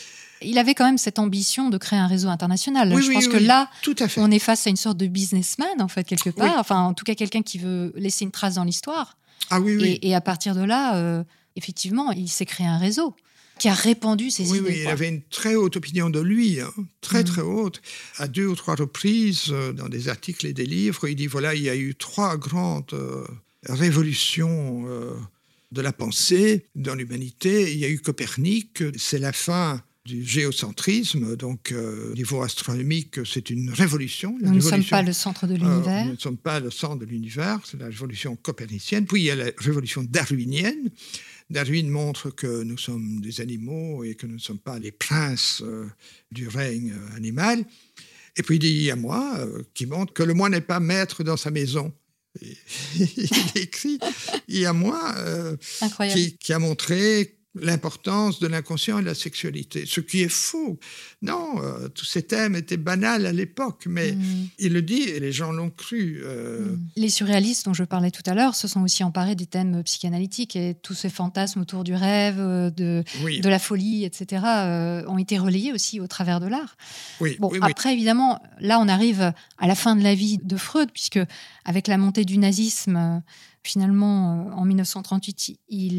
Il avait quand même cette ambition de créer un réseau international.
Oui,
Je
oui,
pense
oui,
que là,
tout à fait.
on est face à une sorte de businessman, en fait, quelque part.
Oui.
Enfin, en tout cas, quelqu'un qui veut laisser une trace dans l'histoire.
Ah oui, oui.
Et, et à partir de là, euh, effectivement, il s'est créé un réseau qui a répandu ses
oui,
idées.
Oui,
quoi.
il avait une très haute opinion de lui, hein, très, mmh. très haute. À deux ou trois reprises, dans des articles et des livres, il dit, voilà, il y a eu trois grandes euh, révolutions euh, de la pensée dans l'humanité. Il y a eu Copernic, c'est la fin du géocentrisme, donc euh, au niveau astronomique, c'est une révolution.
Nous ne sommes pas le centre de l'univers.
Euh, nous ne sommes pas le centre de l'univers, c'est la révolution copernicienne. Puis il y a la révolution darwinienne. Darwin montre que nous sommes des animaux et que nous ne sommes pas les princes euh, du règne animal. Et puis il y a moi, euh, qui montre que le moi n'est pas maître dans sa maison. Et, il écrit, il y a moi, euh, qui, qui a montré l'importance de l'inconscient et de la sexualité, ce qui est faux. Non, euh, tous ces thèmes étaient banals à l'époque, mais mmh. il le dit et les gens l'ont cru. Euh...
Mmh. Les surréalistes dont je parlais tout à l'heure se sont aussi emparés des thèmes psychanalytiques et tous ces fantasmes autour du rêve, de, oui. de la folie, et cetera, euh, ont été relayés aussi au travers de l'art.
Oui,
bon,
oui,
après,
oui.
évidemment, là, on arrive à la fin de la vie de Freud, puisque avec la montée du nazisme, finalement, en dix-neuf cent trente-huit,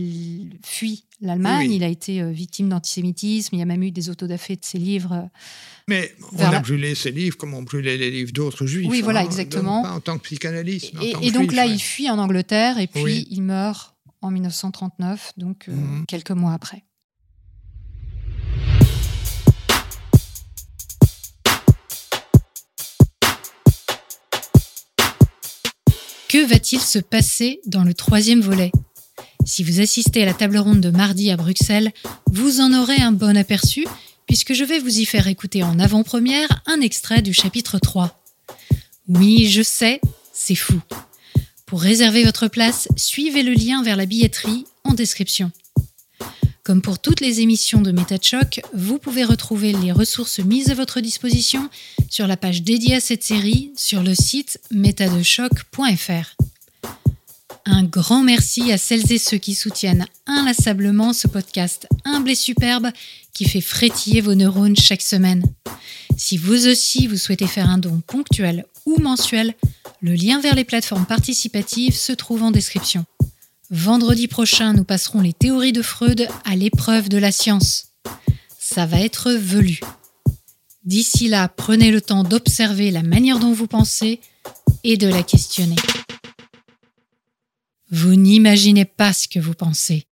il fuit l'Allemagne, oui. il a été victime d'antisémitisme, il y a même eu des autodafés de ses livres.
Mais on a la... brûlé ses livres comme on brûlait les livres d'autres juifs.
Oui, voilà,
hein,
exactement.
Pas en tant que psychanalyste, mais
et,
en tant
et
que
donc
juif,
là,
ouais.
il fuit en Angleterre et puis
oui.
il meurt en dix-neuf cent trente-neuf, donc euh, mmh. quelques mois après. Que va-t-il se passer dans le troisième volet ? Si vous assistez à la table ronde de mardi à Bruxelles, vous en aurez un bon aperçu, puisque je vais vous y faire écouter en avant-première un extrait du chapitre trois. Oui, je sais, c'est fou. Pour réserver votre place, suivez le lien vers la billetterie en description. Comme pour toutes les émissions de Méta de Choc, vous pouvez retrouver les ressources mises à votre disposition sur la page dédiée à cette série sur le site métadechoc point f r. Un grand merci à celles et ceux qui soutiennent inlassablement ce podcast humble et superbe qui fait frétiller vos neurones chaque semaine. Si vous aussi vous souhaitez faire un don ponctuel ou mensuel, le lien vers les plateformes participatives se trouve en description. Vendredi prochain, nous passerons les théories de Freud à l'épreuve de la science. Ça va être velu. D'ici là, prenez le temps d'observer la manière dont vous pensez et de la questionner. Vous n'imaginez pas ce que vous pensez.